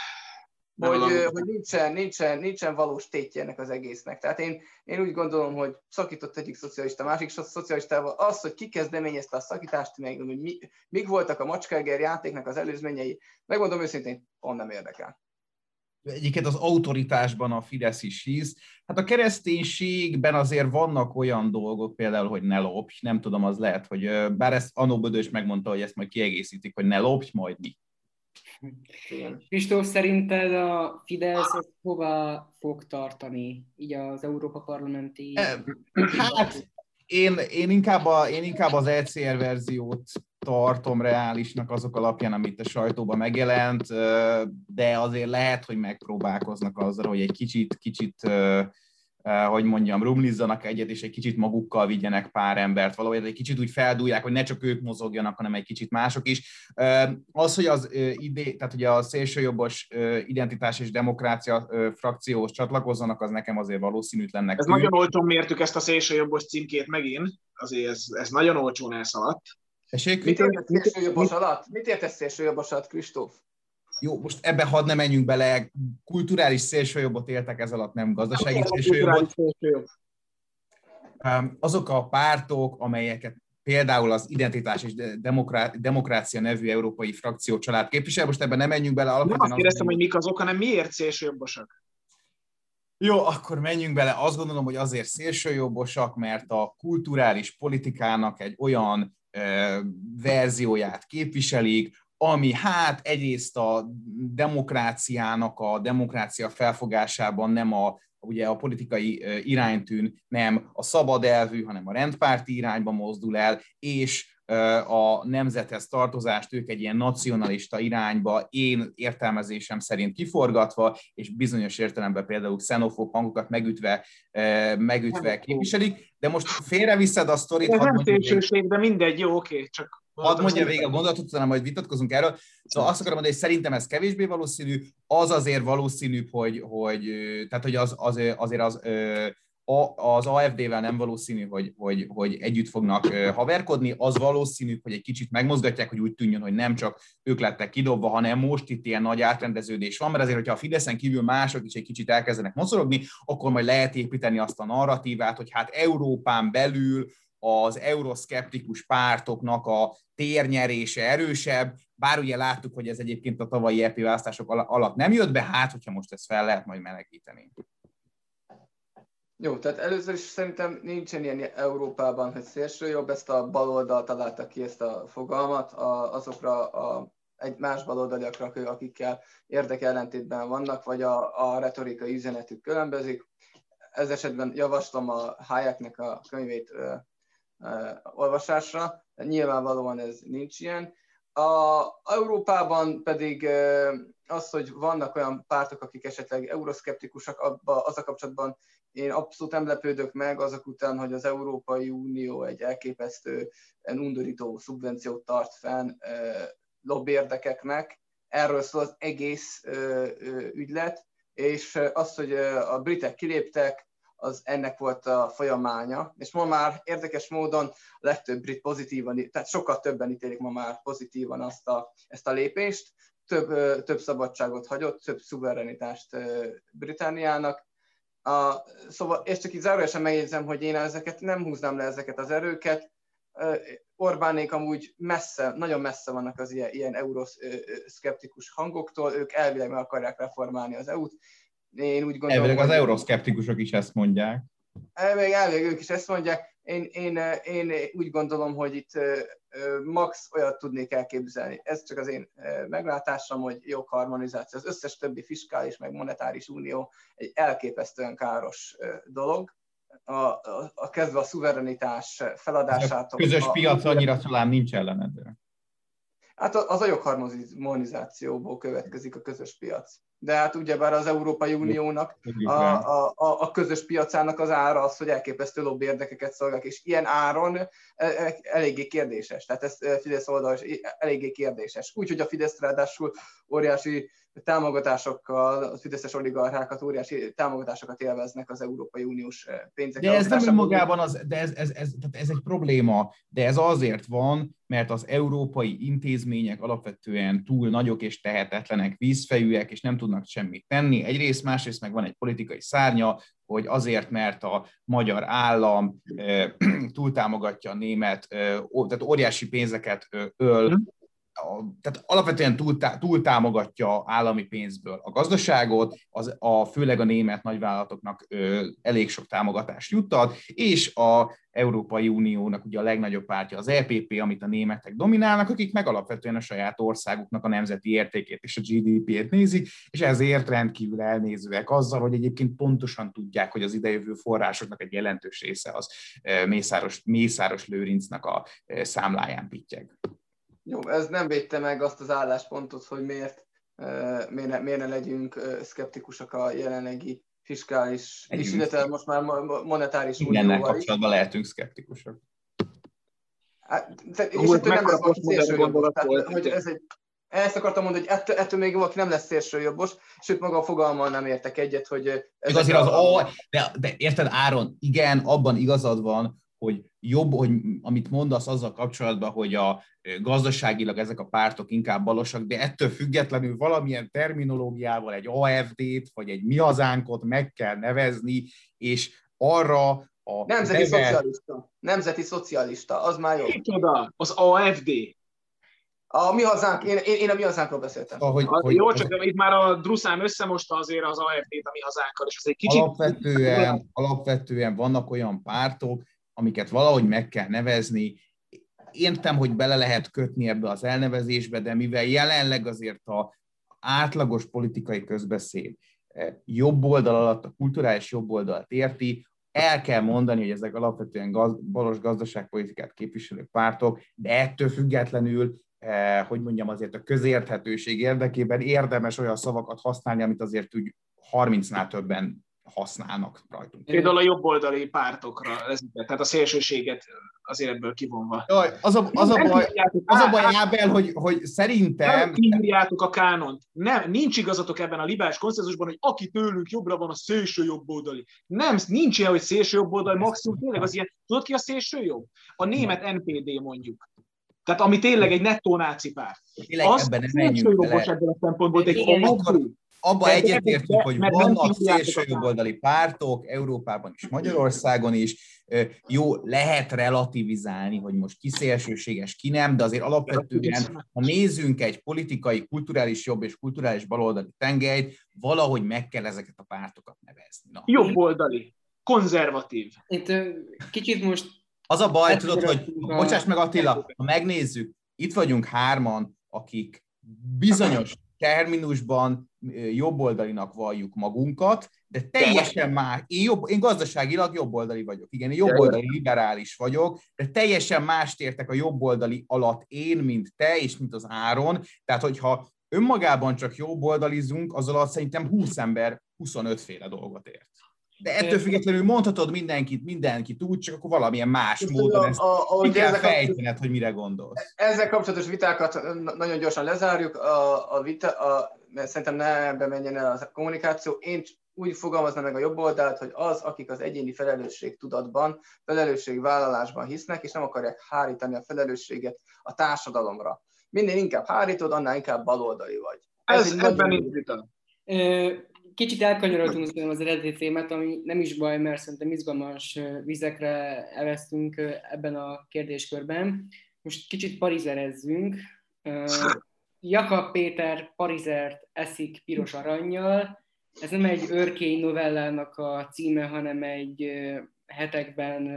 Hogy nincsen valós tétje ennek az egésznek. Tehát én úgy gondolom, hogy szakított egyik szocialista, másik szocialistával. Az, hogy ki kezdeményezte a szakítást, meg mik voltak a Macskáger játéknak az előzményei, megmondom őszintén, pont nem érdekel. egyiket az autoritásban a Fidesz is hisz. Hát a kereszténységben azért vannak olyan dolgok, például, hogy ne lopj, nem tudom, az lehet, hogy bár ezt Anó Bödös megmondta, hogy ezt majd kiegészítik, hogy ne lopj, majd mi. Kristóf, szerinted a Fidesz hova fog tartani, így az Európa Parlamenti... Hát én inkább az ECR verziót tartom reálisnak azok alapján, amit a sajtóban megjelent, de azért lehet, hogy megpróbálkoznak azzal, hogy egy kicsit hogy mondjam, rumlizzanak egyet, és egy kicsit magukkal vigyenek pár embert, valahogy egy kicsit úgy feldúlják, hogy ne csak ők mozogjanak, hanem egy kicsit mások is. Az, hogy tehát ugye a szélsőjobbos Identitás és Demokrácia frakcióhoz csatlakozzanak, az nekem azért valószínűtlennek tűnik. Nagyon olcsón mértük ezt a szélsőjobbos címkét megint, azért ez nagyon olcsón elszaladt. Mit értesz szélsőjobbos alatt? Mit értesz szélsőjobbos alatt, Kristóf? Jó, most ebbe hadd ne menjünk bele, kulturális szélsőjobbot értek ez alatt, nem gazdasági szélsőjobbot. Azok a pártok, amelyeket például az Identitás és Demokrácia nevű európai frakció család képvisel, most ebben nem menjünk bele. Nem azt kérdeztem, hogy mik azok, hanem miért szélsőjobbosak? Jó, akkor menjünk bele. Azt gondolom, hogy azért szélsőjobbosak, mert a kulturális politikának egy olyan verzióját képviselik, ami hát egyrészt a demokráciának, a demokrácia felfogásában nem ugye a politikai iránytűn nem a szabad elvű, hanem a rendpárti irányba mozdul el, és a nemzethez tartozást ők egy ilyen nacionalista irányba, én értelmezésem szerint kiforgatva, és bizonyos értelemben például xenofób hangokat megütve képviselik, de most félreviszed a sztorit. Ez nem szélsőség, de mindegy, jó, oké, csak... Hadd mondja végig a gondolatot, utána majd vitatkozunk erről. Szóval azt akarom mondani, hogy szerintem ez kevésbé valószínű, az azért valószínűbb, hogy az AfD-vel nem valószínű, hogy együtt fognak haverkodni, az valószínű, hogy egy kicsit megmozgatják, hogy úgy tűnjön, hogy nem csak ők lettek kidobva, hanem most itt ilyen nagy átrendeződés van, mert azért, hogyha a Fideszen kívül mások is egy kicsit elkezdenek mozogni, akkor majd lehet építeni azt a narratívát, hogy hát Európán belül az euroszkeptikus pártoknak a térnyerése erősebb, bár ugye láttuk, hogy ez egyébként a tavalyi EP választások alatt nem jött be, hát hogyha most ezt fel lehet majd melegíteni. Jó, tehát először is szerintem nincsen ilyen Európában, hogy szélsőjobb, ezt a baloldal találta ki ezt a fogalmat azokra egy más baloldaliakra, akikkel érdekellentétben vannak, vagy a retorikai üzenetük különbözik. Ez esetben javaslom a Hayeknek a könyvét olvasásra, de nyilvánvalóan ez nincs ilyen. Európában pedig az, hogy vannak olyan pártok, akik esetleg euroszkeptikusak, az a kapcsolatban én abszolút nem lepődök meg azok után, hogy az Európai Unió egy elképesztő, undorító szubvenciót tart fenn lobbyérdekeknek. Erről szól az egész ügylet, és az, hogy a britek kiléptek, az ennek volt a folyamánya, és ma már érdekes módon a legtöbb brit pozitívan, tehát sokkal többen ítélik ma már pozitívan ezt a lépést, több szabadságot hagyott, több szuverenitást Britanniának. Szóval, és csak így zárójelesen megjegyzem, hogy én ezeket nem húznám le ezeket az erőket. Orbánék amúgy nagyon messze vannak az ilyen euroszkeptikus hangoktól, ők elvileg meg akarják reformálni az EU-t. Én úgy gondolom, elvileg az euroszkeptikusok is ezt mondják. Elvileg ők is ezt mondják. Én úgy gondolom, hogy itt max olyat tudnék elképzelni. Ez csak az én meglátásom, hogy jogharmonizáció. Az összes többi fiskális meg monetáris unió egy elképesztően káros dolog. Kezdve a szuverenitás feladásától. A közös piac annyira talán nincs ellenedve. Hát az a jogharmonizációból következik a közös piac. De hát ugyebár az Európai Uniónak a közös piacának az ára az, hogy elképesztő lobby érdekeket szolgálják, és ilyen áron eléggé kérdéses. Tehát ez Fidesz oldal is eléggé kérdéses. Úgyhogy a Fidesz ráadásul óriási támogatásokkal, a fideszes oligarchákat óriási támogatásokat élveznek az Európai Uniós pénzek. De ez nem önmagában ez egy probléma, de ez azért van, mert az európai intézmények alapvetően túl nagyok és tehetetlenek, vízfejűek, és nem tudnak semmit tenni. Egyrészt, másrészt meg van egy politikai szárnya, hogy azért, mert a magyar állam túltámogatja a német, tehát óriási pénzeket öl tehát alapvetően túltámogatja állami pénzből a gazdaságot, főleg a német nagyvállalatoknak elég sok támogatást juttat, és a Európai Uniónak ugye a legnagyobb pártja az EPP, amit a németek dominálnak, akik meg alapvetően a saját országuknak a nemzeti értékét és a GDP-t nézik, és ezért rendkívül elnézőek azzal, hogy egyébként pontosan tudják, hogy az idejövő forrásoknak egy jelentős része az Mészáros Lőrincnek a számláján pittyeg. Jó, ez nem védte meg azt az álláspontot, hogy miért ne legyünk szkeptikusak a jelenlegi fiskális, és illetve most már monetáris unióval is. Mindennel kapcsolatban lehetünk szkeptikusak. És ettől nem lesz valaki szélsőjobbos. Ezt akartam mondani, hogy ettől még valaki nem lesz szélsőjobbos, sőt maga a fogalmal nem értek egyet, hogy... De érted, Áron, igen, abban igazad van, hogy jobb, hogy amit mondasz azzal kapcsolatban, hogy gazdaságilag ezek a pártok inkább balosak, de ettől függetlenül valamilyen terminológiával egy AfD-t, vagy egy Mi Hazánkot meg kell nevezni, és arra a... Nemzeti szocialista, az már jó. Micsoda? Az AfD. A Mi Hazánk, én a Mi Hazánkról beszéltem. Jó, csak itt már a Druszám összemosta azért az AfD-t a Mi Hazánkkal, és az egy kicsit... Alapvetően vannak olyan pártok, amiket valahogy meg kell nevezni. Értem, hogy bele lehet kötni ebbe az elnevezésbe, de mivel jelenleg azért az átlagos politikai közbeszéd jobb oldal alatt a kulturális jobb oldalt érti, el kell mondani, hogy ezek alapvetően balos gazdaságpolitikát képviselő pártok, de ettől függetlenül, hogy mondjam, azért a közérthetőség érdekében érdemes olyan szavakat használni, amit azért úgy 30-nál többen használnak rajtunk. Például a jobboldali pártokra, tehát a szélsőséget azért ebből kivonva. Jaj, az a baj, Ábel, hogy szerintem... Nem írjátok a kánont. Nem, nincs igazatok ebben a liberális konszenzusban, hogy aki tőlünk jobbra van, a szélső jobboldali. Nem, nincs ilyen, hogy szélső jobboldali, maximum tényleg az ilyen. Tudod ki a szélső jobb? A német NPD mondjuk. Tehát ami tényleg egy nettó náci párt. Az szélső jobbos ebből a szempontból, egy abba egyetértünk, hogy vannak szélsőjobboldali pártok Európában is, Magyarországon is. Jó, lehet relativizálni, hogy most ki szélsőséges, ki nem, de azért alapvetően, ha nézzünk egy politikai, kulturális jobb és kulturális baloldali tengelyt, valahogy meg kell ezeket a pártokat nevezni. Na. Jobboldali, konzervatív. Itt kicsit most... Az a baj, tudod, hogy bocsáss meg Attila, ha megnézzük, itt vagyunk hárman, akik bizonyos terminusban jobboldalinak valljuk magunkat, de teljesen más. Én gazdaságilag jobboldali vagyok. Igen, én jobboldali liberális vagyok, de teljesen mást értek a jobboldali alatt én, mint te, és mint az Áron. Tehát, hogyha önmagában csak jobboldalizunk, az alatt szerintem 20 ember 25 féle dolgot ért. De ettől függetlenül mondhatod mindenki tud, csak akkor valamilyen más módon ezt ki kell fejtened, hogy mire gondolsz. Ezzel kapcsolatos vitákat nagyon gyorsan lezárjuk, mert szerintem ne bemenjen el a kommunikáció. Én úgy fogalmaznám meg a jobb oldalt, hogy akik az egyéni felelősségtudatban, felelősségvállalásban hisznek, és nem akarják hárítani a felelősséget a társadalomra. Minél inkább hárítod, annál inkább baloldali vagy. Ebben nincs vita. Kicsit elkanyarodtunk az eredeti témát, ami nem is baj, mert szerintem izgalmas vizekre elvesztünk ebben a kérdéskörben. Most kicsit parizerezzünk. Jakab Péter parizert eszik piros arannyal. Ez nem egy örkény novellának a címe, hanem egy hetekben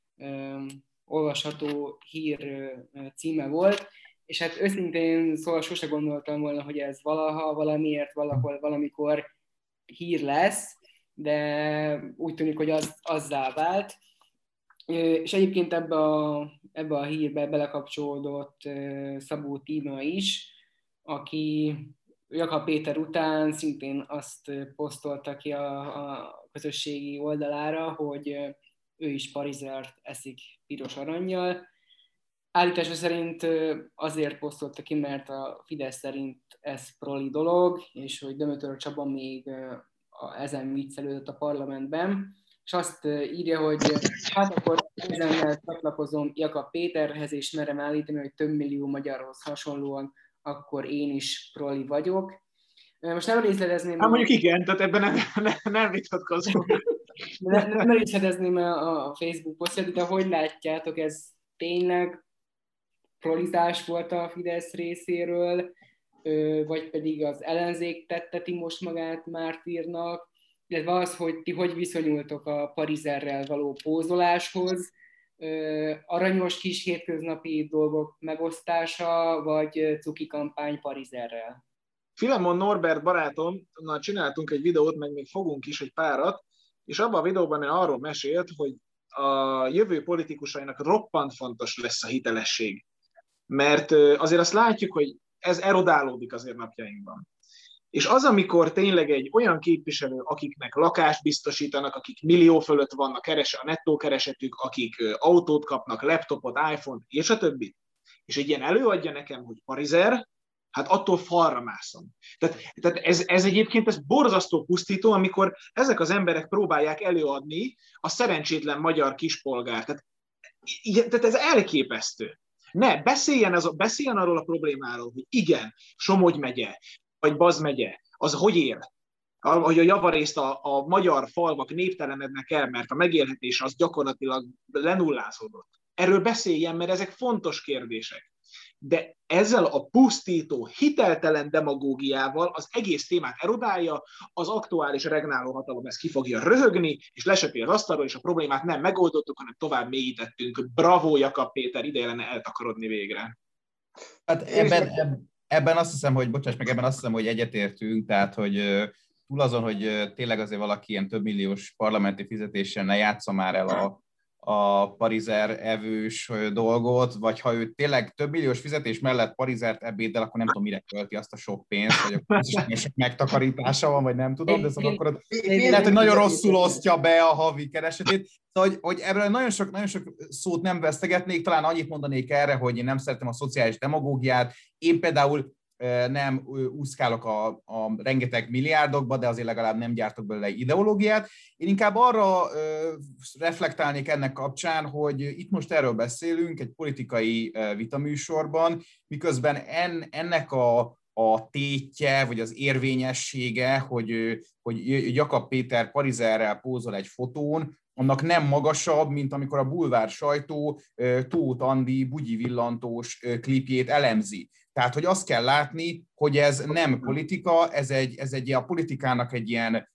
olvasható hír címe volt. És hát őszintén szóval sose gondoltam volna, hogy ez valaha, valamiért, valahol, valamikor hír lesz, de úgy tűnik, hogy azzá vált. És egyébként ebbe a hírbe belekapcsolódott Szabó Tíma is, aki Jakab Péter után szintén azt posztolta ki a közösségi oldalára, hogy ő is parizert eszik piros arannyal. Állítása szerint azért posztolta ki, mert a Fidesz szerint ez proli dolog, és hogy Dömötör Csaba még ezen viccelődött a parlamentben, és azt írja, hogy hát akkor ezennel csatlakozom Jakab Péterhez, és merem állítani, hogy több millió magyarhoz hasonlóan akkor én is proli vagyok. Most nem részletezném... Hát mondjuk igen, tehát ebben nem vitatkozom. Nem részletezném a Facebook posztját, de hogy látjátok, ez tényleg trollizás volt a Fidesz részéről, vagy pedig az ellenzék tetteti most magát mártírnak, illetve az, hogy ti hogy viszonyultok a parizerrel való pózoláshoz, aranyos kis hétköznapi dolgok megosztása, vagy cuki kampány parizerrel? Filemon Norbert barátomnal csináltunk egy videót, meg még fogunk is egy párat, és abban a videóban arról mesélt, hogy a jövő politikusainak roppant fontos lesz a hitelesség. Mert azért azt látjuk, hogy ez erodálódik azért napjainkban. És az, amikor tényleg egy olyan képviselő, akiknek lakást biztosítanak, akik millió fölött vannak, a nettó keresetük, akik autót kapnak, laptopot, iPhone-t, és a többi, és egy ilyen előadja nekem, hogy parizer, hát attól falra mászom. Tehát ez egyébként ez borzasztó pusztító, amikor ezek az emberek próbálják előadni a szerencsétlen magyar kispolgárt. Tehát ez elképesztő. Ne, beszéljen arról a problémáról, hogy igen, Somogy megye, vagy Baz megye, az hogy él? Hogy a javarészt a magyar falvak néptelenednek el, mert a megélhetés az gyakorlatilag lenullázódott. Erről beszéljen, mert ezek fontos kérdések. De ezzel a pusztító, hiteltelen demagógiával az egész témát erodálja, az aktuális regnáló hatalom ezt ki fogja röhögni, és lesöpi az asztalról, és a problémát nem megoldottuk, hanem tovább mélyítettünk. Bravo, Jakab Péter, ideje lenne eltakarodni végre. Hát ebben azt hiszem, hogy, bocsáss meg, ebben azt hiszem, hogy egyetértünk, tehát, hogy túl azon, hogy tényleg azért valaki ilyen több milliós parlamenti fizetéssel ne játsza már el a parizer evős dolgot, vagy ha ő tényleg több milliós fizetés mellett parizert ebéddel, akkor nem tudom, mire költi azt a sok pénzt, vagy akkor sok megtakarítása van, vagy nem tudom, de szóval akkor lehet, hogy nagyon rosszul osztja be a havi keresetét. Szóval, hogy ebből nagyon sok szót nem vesztegetnék, talán annyit mondanék erre, hogy én nem szeretem a szociális demagógiát. Én például nem úszkálok a rengeteg milliárdokba, de azért legalább nem gyártok belőle ideológiát. Én inkább arra reflektálnék ennek kapcsán, hogy itt most erről beszélünk egy politikai vitaműsorban, miközben ennek a tétje, vagy az érvényessége, hogy Jakab Péter parizerrel pózol egy fotón, annak nem magasabb, mint amikor a bulvár sajtó Tóth Andi bugyi villantós klipjét elemzi. Tehát, hogy azt kell látni, hogy ez nem politika, ez egy a politikának egy ilyen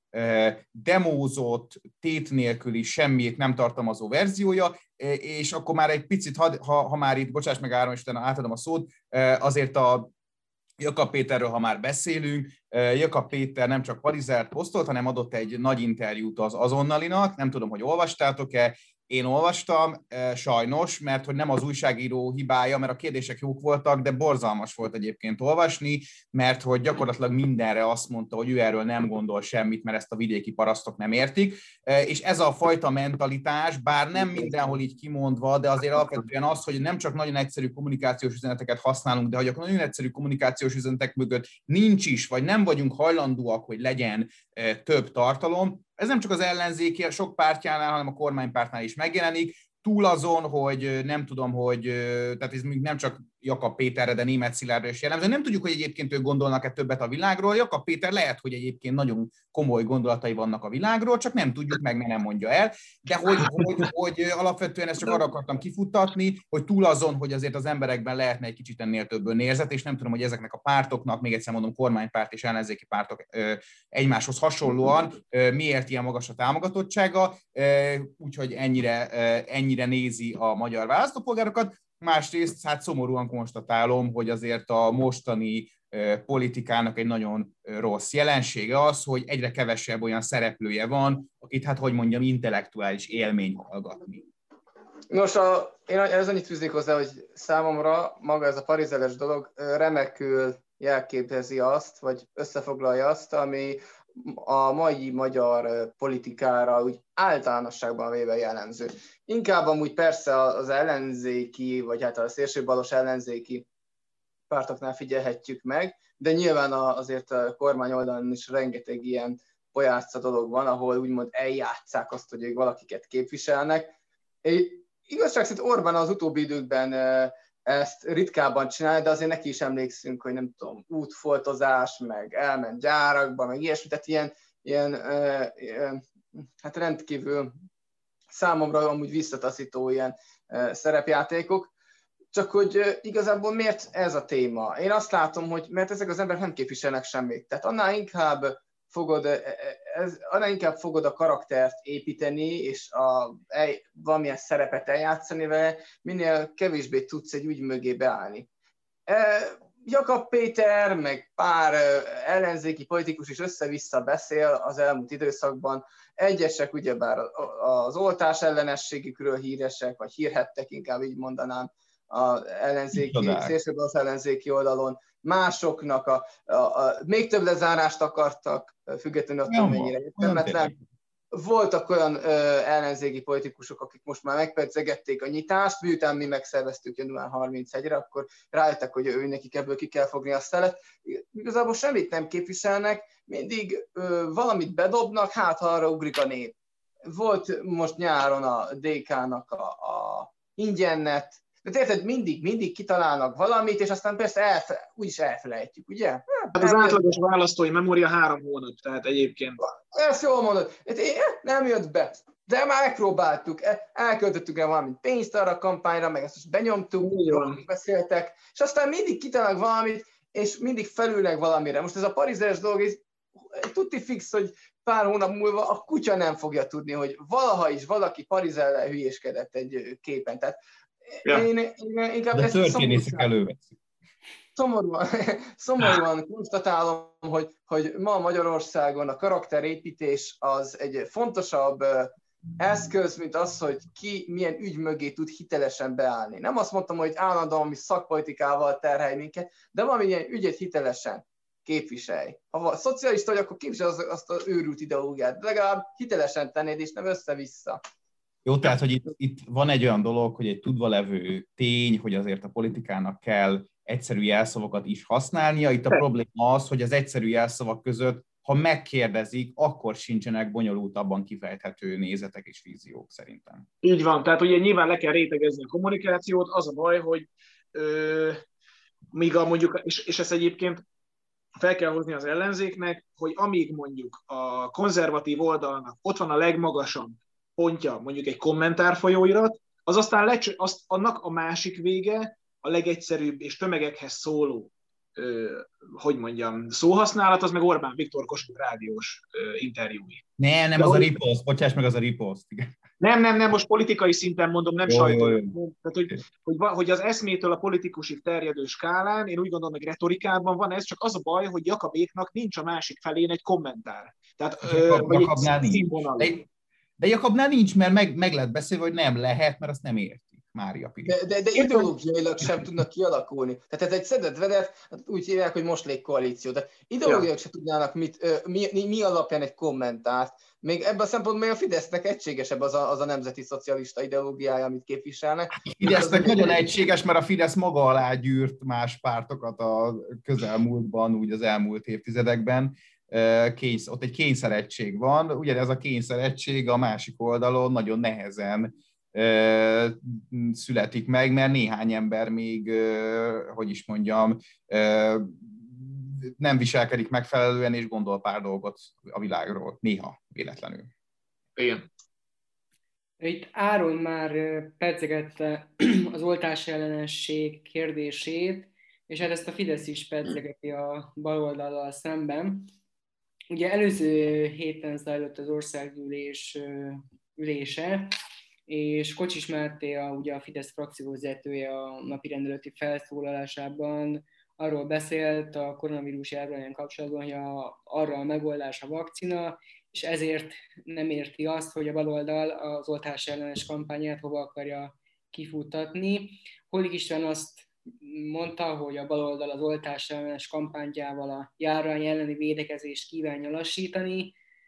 demózott, tét nélküli, semmit nem tartalmazó verziója, és akkor már egy picit, ha már itt, bocsáss meg Áron, és utána átadom a szót, azért a Jakab Péterről, ha már beszélünk, Jakab Péter nem csak parizert posztolt, hanem adott egy nagy interjút az Azonnalinak, nem tudom, hogy olvastátok-e, én olvastam, sajnos, mert hogy nem az újságíró hibája, mert a kérdések jók voltak, de borzalmas volt egyébként olvasni, mert hogy gyakorlatilag mindenre azt mondta, hogy ő erről nem gondol semmit, mert ezt a vidéki parasztok nem értik, és ez a fajta mentalitás, bár nem mindenhol így kimondva, de azért alapvetően az, hogy nem csak nagyon egyszerű kommunikációs üzeneteket használunk, de hogy a nagyon egyszerű kommunikációs üzenetek mögött nincs is, vagy nem vagyunk hajlandóak, hogy legyen több tartalom. Ez nem csak az ellenzéki sok pártjánál, hanem a kormánypártnál is megjelenik. Túl azon, hogy nem tudom, hogy tehát ez nem csak Jakab Péterre, de Németh Szilárdra is jellemző. Nem tudjuk, hogy egyébként ők gondolnak-e többet a világról. Jakab Péter lehet, hogy egyébként nagyon komoly gondolatai vannak a világról, csak nem tudjuk meg, mert nem mondja el. De hogy alapvetően ezt csak arra akartam kifuttatni, hogy túl azon, hogy azért az emberekben lehetne egy kicsit ennél több önérzet, és nem tudom, hogy ezeknek a pártoknak, még egyszer mondom, kormánypárt és ellenzéki pártok egymáshoz hasonlóan miért ilyen magas a támogatottsága, úgyhogy ennyire nézi a magyar választópolgárokat. Másrészt hát szomorúan konstatálom, hogy azért a mostani politikának egy nagyon rossz jelensége az, hogy egyre kevesebb olyan szereplője van, akit, hát hogy mondjam, intellektuális élmény hallgatni. Nos, én ez annyit fűznék hozzá, hogy számomra maga ez a parizeres dolog remekül jelképezi azt, vagy összefoglalja azt, ami a mai magyar politikára úgy általánosságban véve jellemző. Inkább amúgy persze az ellenzéki, vagy hát a szélsőbalos ellenzéki pártoknál figyelhetjük meg, de nyilván azért a kormány oldalon is rengeteg ilyen pojáca dolog van, ahol úgymond eljátsszák azt, hogy ők valakiket képviselnek. Igazság szerint Orbán az utóbbi időkben ezt ritkábban csinálja, de azért neki is emlékszünk, hogy nem tudom, útfoltozás, meg elment gyárakba, meg ilyesmi, tehát ilyen hát rendkívül számomra amúgy visszataszító ilyen szerepjátékok. Csak hogy igazából miért ez a téma? Én azt látom, hogy mert ezek az emberek nem képviselnek semmit. Tehát annál inkább fogod a karaktert építeni, és valamilyen szerepet eljátszani vele, minél kevésbé tudsz egy ügy mögé beállni. Jakab Péter, meg pár ellenzéki politikus is össze-vissza beszél az elmúlt időszakban. Egyesek ugyebár az oltás ellenességükről híresek, vagy hírhettek, inkább így mondanám, az szélsőbaloldali ellenzéki oldalon. Másoknak még több lezárást akartak, függetlenül attól, mennyire értelmetlen. Voltak olyan ellenzéki politikusok, akik most már megpedzegették a nyitást, miután mi megszerveztük január 31-re, akkor rájöttek, hogy nekik ebből ki kell fogni a szelet. Igazából semmit nem képviselnek, mindig valamit bedobnak, hát ha arra ugrik a nép. Volt most nyáron a DK-nak a ingyennet, de érted, mindig kitalálnak valamit, és aztán persze úgyis elfelejtjük, ugye? Hát az átlagos választói memória 3 hónap, tehát egyébként. Ezt jól mondod, nem jött be, de már megpróbáltuk, elköltöttük el valamit pénzt arra a kampányra, meg ezt most benyomtuk, beszéltek, és aztán mindig kitalálnak valamit, és mindig felülnek valamire. Most ez a parizeres dolog, ez tuti fix, hogy pár hónap múlva a kutya nem fogja tudni, hogy valaha is valaki parizellel hülyéskedett egy képen. Tehát én inkább de történészek előveszik. Szomorúan konstatálom, hogy ma Magyarországon a karakterépítés az egy fontosabb eszköz, mint az, hogy ki milyen ügy mögé tud hitelesen beállni. Nem azt mondtam, hogy állandóan ami szakpolitikával terhelj minket, de valamilyen ügyet hitelesen képviselj. Ha szocialista vagy, akkor képviselj azt az őrült ideológiát. Legalább hitelesen tennéd, és nem össze-vissza. Jó, tehát, hogy itt van egy olyan dolog, hogy egy tudva levő tény, hogy azért a politikának kell egyszerű jelszavakat is használnia. Itt a probléma az, hogy az egyszerű jelszavak között, ha megkérdezik, akkor sincsenek bonyolultabban kifejthető nézetek és víziók szerintem. Így van, tehát ugye nyilván le kell rétegezni a kommunikációt, az a baj, hogy míg mondjuk, és ezt egyébként fel kell hozni az ellenzéknek, hogy amíg mondjuk a konzervatív oldalnak ott van a legmagasabb pontja, mondjuk egy kommentár folyóirat, az aztán annak a másik vége a legegyszerűbb és tömegekhez szóló, szóhasználat, az meg Orbán Viktor Kossuth rádiós interjúi. Nem, az a riposzt, bocsáss meg, az a riposzt. Nem, most politikai szinten mondom, nem sajtó. Tehát, hogy az eszmétől a politikusig terjedő skálán, én úgy gondolom, hogy retorikában van ez, csak az a baj, hogy Jakabéknak nincs a másik felén egy kommentár. Tehát, Jakabnál nincs. De Jakabnál nincs, mert meg lehet beszélni, hogy nem lehet, mert azt nem értik. Mária Piri. De ideológiailag sem tudnak kialakulni. Tehát ez egy szedett-vedett, úgy hívják, hogy moslékkoalíció. De ideológiailag sem tudnának mi alapján egy kommentárt. Még ebben a szempontból a Fidesznek egységesebb az a nemzeti szocialista ideológiája, amit képviselnek. Fidesznek nagyon egységes, mert a Fidesz maga alá gyűrt más pártokat a közelmúltban, úgy az elmúlt évtizedekben. Ott egy kényszeregység van, ugyanez a kényszeregység a másik oldalon nagyon nehezen születik meg, mert néhány ember még, nem viselkedik megfelelően, és gondol pár dolgot a világról, néha véletlenül. Igen. Itt Áron már pedzegette az oltás ellenesség kérdését, és hát ezt a Fidesz is pedzegeti a baloldallal szemben. Ugye előző héten zajlott az országgyűlés ülése, és Kocsis Máté, ugye a Fidesz frakcióvezetője a napirend előtti felszólalásában arról beszélt a koronavírus járvánnyal kapcsolatban, hogy arra a megoldás a vakcina, és ezért nem érti azt, hogy a baloldal az oltás ellenes kampányát hova akarja kifuttatni. Hollik István azt mondta, hogy a baloldal az oltás ellenes kampányával a járvány elleni védekezést kívánja lassítani.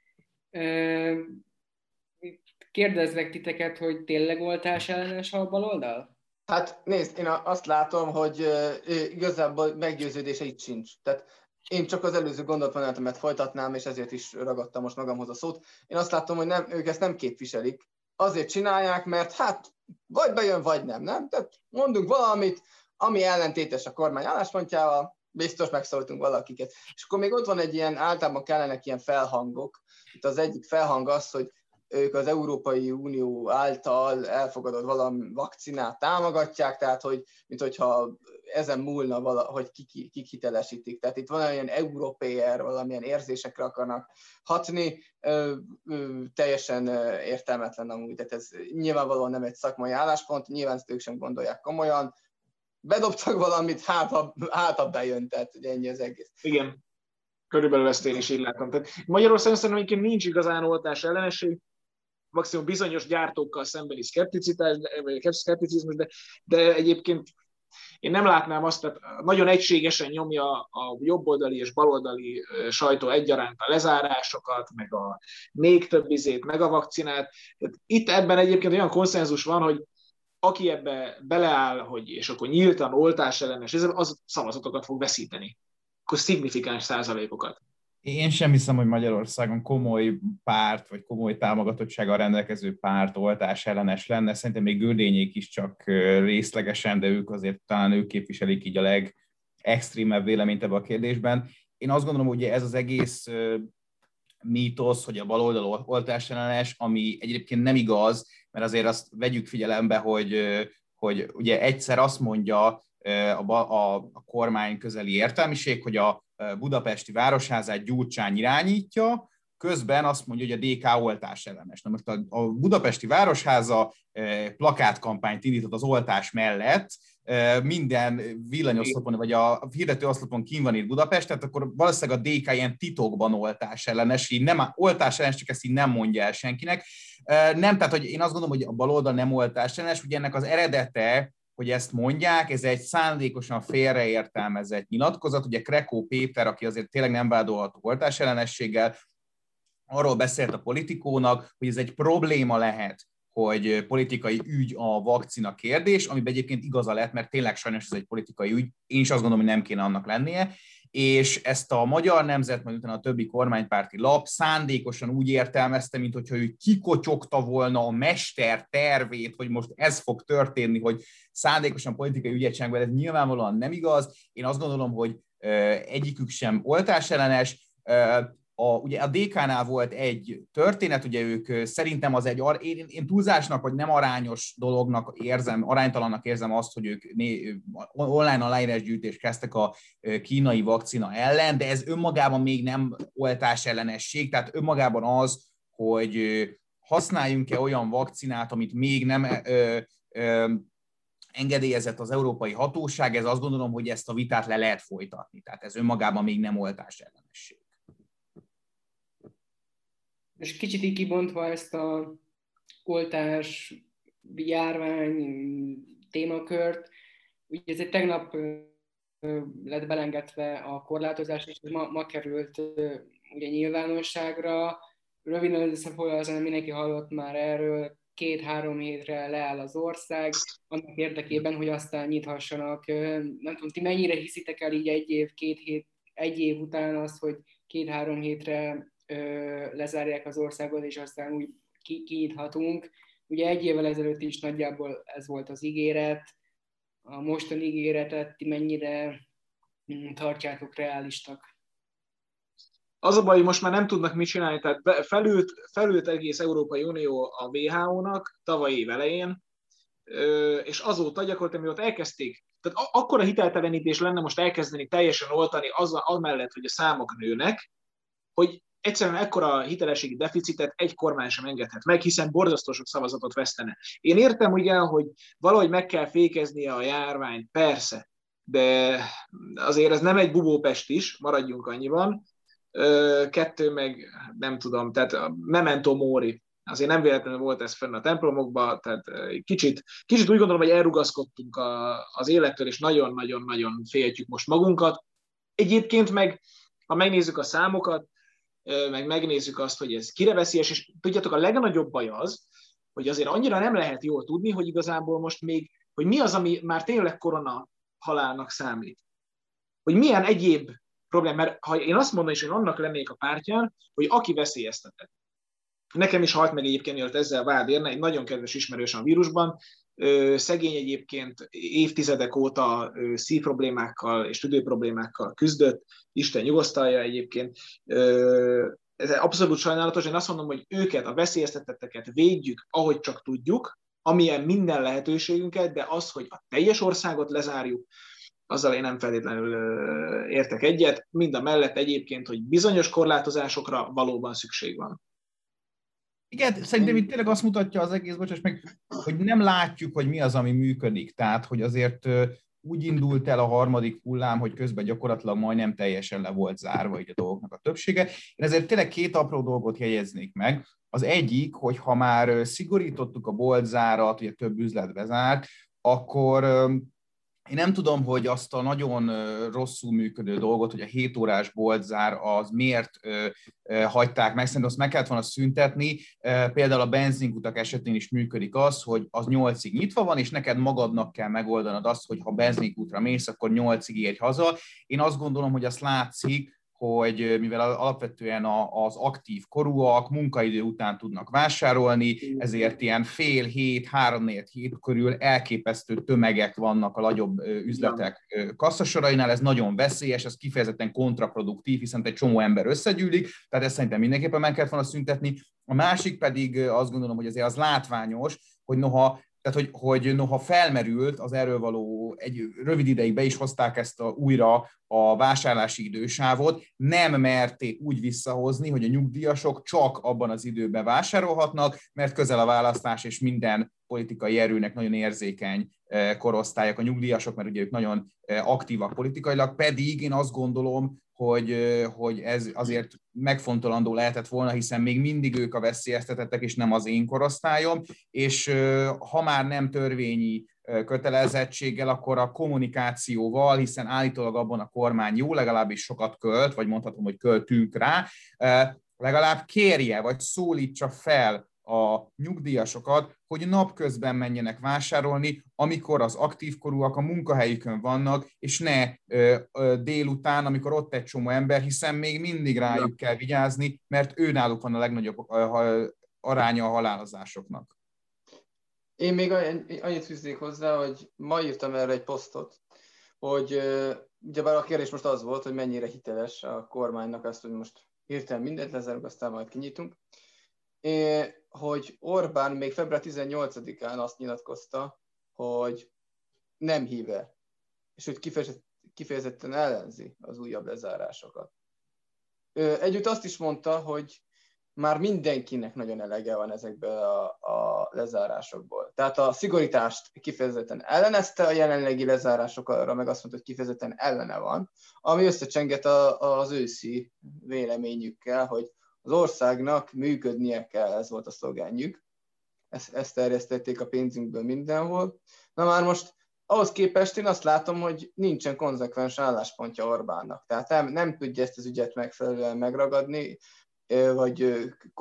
Kérdezlek titeket, hogy tényleg oltás ellenes a baloldal? Hát nézd, én azt látom, hogy igazából meggyőződése itt sincs. Tehát én csak az előző gondolatmenetemet folytatnám, és ezért is ragadtam most magamhoz a szót. Én azt látom, hogy ők ezt nem képviselik. Azért csinálják, mert hát vagy bejön, vagy nem? Tehát mondunk valamit, ami ellentétes a kormány álláspontjával, biztos megszólítunk valakiket. És akkor még ott van egy ilyen, általában kellenek ilyen felhangok. Itt az egyik felhang az, hogy ők az Európai Unió által elfogadott valami vakcinát támogatják, tehát minthogyha ezen múlna hogy kik hitelesítik. Tehát itt van olyan európér, valamilyen érzésekre akarnak hatni, teljesen értelmetlen amúgy. Tehát ez nyilvánvalóan nem egy szakmai álláspont, nyilván ők sem gondolják komolyan. Bedobtak valamit, hát bejön, tehát ennyi az egész. Igen, körülbelül ezt én is így látom. Tehát Magyarországon szerintem egyébként nincs igazán oltás ellenesség, maximum bizonyos gyártókkal szembeni szkepticizmus, de egyébként én nem látnám azt, tehát nagyon egységesen nyomja a jobboldali és baloldali sajtó egyaránt a lezárásokat, meg a még több izét, meg a vakcinát. Tehát itt ebben egyébként olyan konszenzus van, hogy aki ebbe beleáll, és akkor nyíltan oltás ellenes, az szavazatokat fog veszíteni. Akkor szignifikáns százalékokat. Én sem hiszem, hogy Magyarországon komoly párt, vagy komoly támogatottsággal rendelkező párt oltás ellenes lenne. Szerintem még Gördényék is csak részlegesen, de talán ők képviselik így a legextrémebb véleményt ebben a kérdésben. Én azt gondolom, hogy ez az egész mítosz, hogy a baloldal oltás ellenes, ami egyébként nem igaz, mert azért azt vegyük figyelembe, hogy ugye egyszer azt mondja a kormány közeli értelmiség, hogy a budapesti városházát Gyurcsány irányítja, közben azt mondja, hogy a DK oltás ellenes. Na most a budapesti városháza plakátkampányt indított az oltás mellett, minden villanyoszlopon, vagy a hirdetőoszlopon kín van itt Budapest, tehát akkor valószínűleg a DK ilyen titokban oltás ellenes, így nem oltás ellenes, csak ezt így nem mondja el senkinek. Nem, tehát hogy én azt gondolom, hogy a baloldal nem oltás ellenes, ugye ennek az eredete, hogy ezt mondják, ez egy szándékosan félreértelmezett nyilatkozat. Ugye Krekó Péter, aki azért tényleg nem vádolható oltás ellenességgel, arról beszélt a Politikónak, hogy ez egy probléma lehet, hogy politikai ügy a vakcina kérdés, amiben egyébként igaza lett, mert tényleg sajnos ez egy politikai ügy, én is azt gondolom, hogy nem kéne annak lennie, és ezt a Magyar Nemzet, majd utána a többi kormánypárti lap szándékosan úgy értelmezte, mint hogyha ő kikocsogta volna a mester tervét, hogy most ez fog történni, hogy szándékosan politikai ügyet csinálnak, ez nyilvánvalóan nem igaz. Én azt gondolom, hogy egyikük sem oltás ellenes. Ugye a DK-nál volt egy történet, ugye ők szerintem az egy, én túlzásnak vagy nem arányos dolognak érzem, aránytalannak érzem azt, hogy ők online aláírásgyűjtést kezdtek a kínai vakcina ellen, de ez önmagában még nem oltás ellenesség, tehát önmagában az, hogy használjunk-e olyan vakcinát, amit még nem engedélyezett az európai hatóság, ez azt gondolom, hogy ezt a vitát le lehet folytatni, tehát ez önmagában még nem oltás ellenesség. És kicsit így kibontva ezt a oltás járvány témakört, ugye ez egy tegnap lett belengedve a korlátozás, és ma került ugye nyilvánosságra. Röviden összefoglalva, mindenki hallott már erről, 2-3 hétre leáll az ország, annak érdekében, hogy aztán nyithassanak. Nem tudom, ti mennyire hiszitek el így egy év után azt, hogy 2-3 hétre lezárják az országot, és aztán úgy kinyithatunk. Ugye 1 évvel ezelőtt is nagyjából ez volt az ígéret. A mostani ígéretet ti mennyire tartjátok reálistak? Az a baj, hogy most már nem tudnak mit csinálni, tehát felült egész Európai Unió a WHO-nak tavaly év elején, és azóta gyakorlatilag, mióta elkezdték, tehát akkora hiteltelenítés lenne most elkezdeni teljesen oltani amellett, hogy a számok nőnek, hogy egyszerűen ekkora hitelességi deficitet egy kormány sem engedhet meg, hiszen borzasztó sok szavazatot vesztene. Én értem ugyan, hogy valahogy meg kell fékeznie a járványt, persze, de azért ez nem egy bubópest is, maradjunk annyiban. 2 meg nem tudom, tehát a memento mori. Azért nem véletlenül volt ez fenn a templomokban, tehát kicsit úgy gondolom, hogy elrugaszkodtunk az élettől, és nagyon-nagyon-nagyon féltjük most magunkat. Egyébként meg, ha megnézzük a számokat, meg megnézzük azt, hogy ez kire veszélyes, és tudjátok, a legnagyobb baj az, hogy azért annyira nem lehet jól tudni, hogy igazából most még, hogy mi az, ami már tényleg korona halálnak számít. Hogy milyen egyéb problém, mert ha én azt mondom, és én annak lennék a pártján, hogy aki veszélyeztetett. Nekem is halt meg egyébként, mielőtt ezzel vád érne, egy nagyon kedves ismerős a vírusban, szegény egyébként évtizedek óta szívproblémákkal és tüdőproblémákkal küzdött, Isten nyugosztalja egyébként, ez abszolút sajnálatos, én azt mondom, hogy őket, a veszélyeztetetteket védjük, ahogy csak tudjuk, amilyen minden lehetőségünket, de az, hogy a teljes országot lezárjuk, azzal én nem feltétlenül értek egyet, mind a mellett egyébként, hogy bizonyos korlátozásokra valóban szükség van. Igen, szerintem itt tényleg azt mutatja az egész, bocsáss meg, hogy nem látjuk, hogy mi az, ami működik. Tehát, hogy azért úgy indult el a harmadik hullám, hogy közben gyakorlatilag majdnem teljesen le volt zárva így a dolgoknak a többsége. Én ezért tényleg két apró dolgot jegyeznék meg. Az egyik, hogy ha már szigorítottuk a boltzárat, ugye több üzlet bezárt, akkor én nem tudom, hogy azt a nagyon rosszul működő dolgot, hogy a 7 órás boltzár, az miért hagyták meg. Szerintem azt meg kellett volna szüntetni. Például a benzinkutak esetén is működik az, hogy az 8-ig nyitva van, és neked magadnak kell megoldanod azt, hogy ha benzinkútra mész, akkor 8-ig érj haza. Én azt gondolom, hogy azt látszik, hogy mivel alapvetően az aktív korúak munkaidő után tudnak vásárolni, ezért ilyen fél hét, 3-4 körül elképesztő tömegek vannak a nagyobb üzletek kasszasorainál, ez nagyon veszélyes, ez kifejezetten kontraproduktív, hiszen egy csomó ember összegyűlik, tehát ezt szerintem mindenképpen meg kellett volna szüntetni. A másik pedig azt gondolom, hogy azért az látványos, hogy noha felmerült az erről való, egy rövid ideig be is hozták ezt újra a vásárlási idősávot, nem merték úgy visszahozni, hogy a nyugdíjasok csak abban az időben vásárolhatnak, mert közel a választás, és minden politikai erőnek nagyon érzékeny korosztályok a nyugdíjasok, mert ugye ők nagyon aktívak politikailag, pedig én azt gondolom, hogy ez azért megfontolandó lehetett volna, hiszen még mindig ők a veszélyeztetettek, és nem az én korosztályom, és ha már nem törvényi kötelezettséggel, akkor a kommunikációval, hiszen állítólag abban a kormány jó, legalábbis sokat költ, vagy mondhatom, hogy költünk rá, legalább kérje, vagy szólítsa fel a nyugdíjasokat, hogy napközben menjenek vásárolni, amikor az aktívkorúak a munkahelyükön vannak, és ne délután, amikor ott egy csomó ember, hiszen még mindig rájuk kell vigyázni, mert őnáluk van a legnagyobb aránya a halálozásoknak. Én még annyit fűznék hozzá, hogy ma írtam erre egy posztot, hogy ugyebár a kérdés most az volt, hogy mennyire hiteles a kormánynak azt, hogy most hirtelen mindent lezárunk, aztán majd kinyitunk. Hogy Orbán még február 18-án azt nyilatkozta, hogy nem hív el, és hogy kifejezetten ellenzi az újabb lezárásokat. Együtt azt is mondta, hogy már mindenkinek nagyon elege van ezekből a lezárásokból. Tehát a szigorítást kifejezetten ellenezte, a jelenlegi lezárásokra meg azt mondta, hogy kifejezetten ellene van, ami összecsengett az őszi véleményükkel, hogy az országnak működnie kell, ez volt a szlogenjük. Ezt terjesztették a pénzünkből mindenhol. Na már most ahhoz képest én azt látom, hogy nincsen konzekvens álláspontja Orbánnak. Tehát nem tudja ezt az ügyet megfelelően megragadni, vagy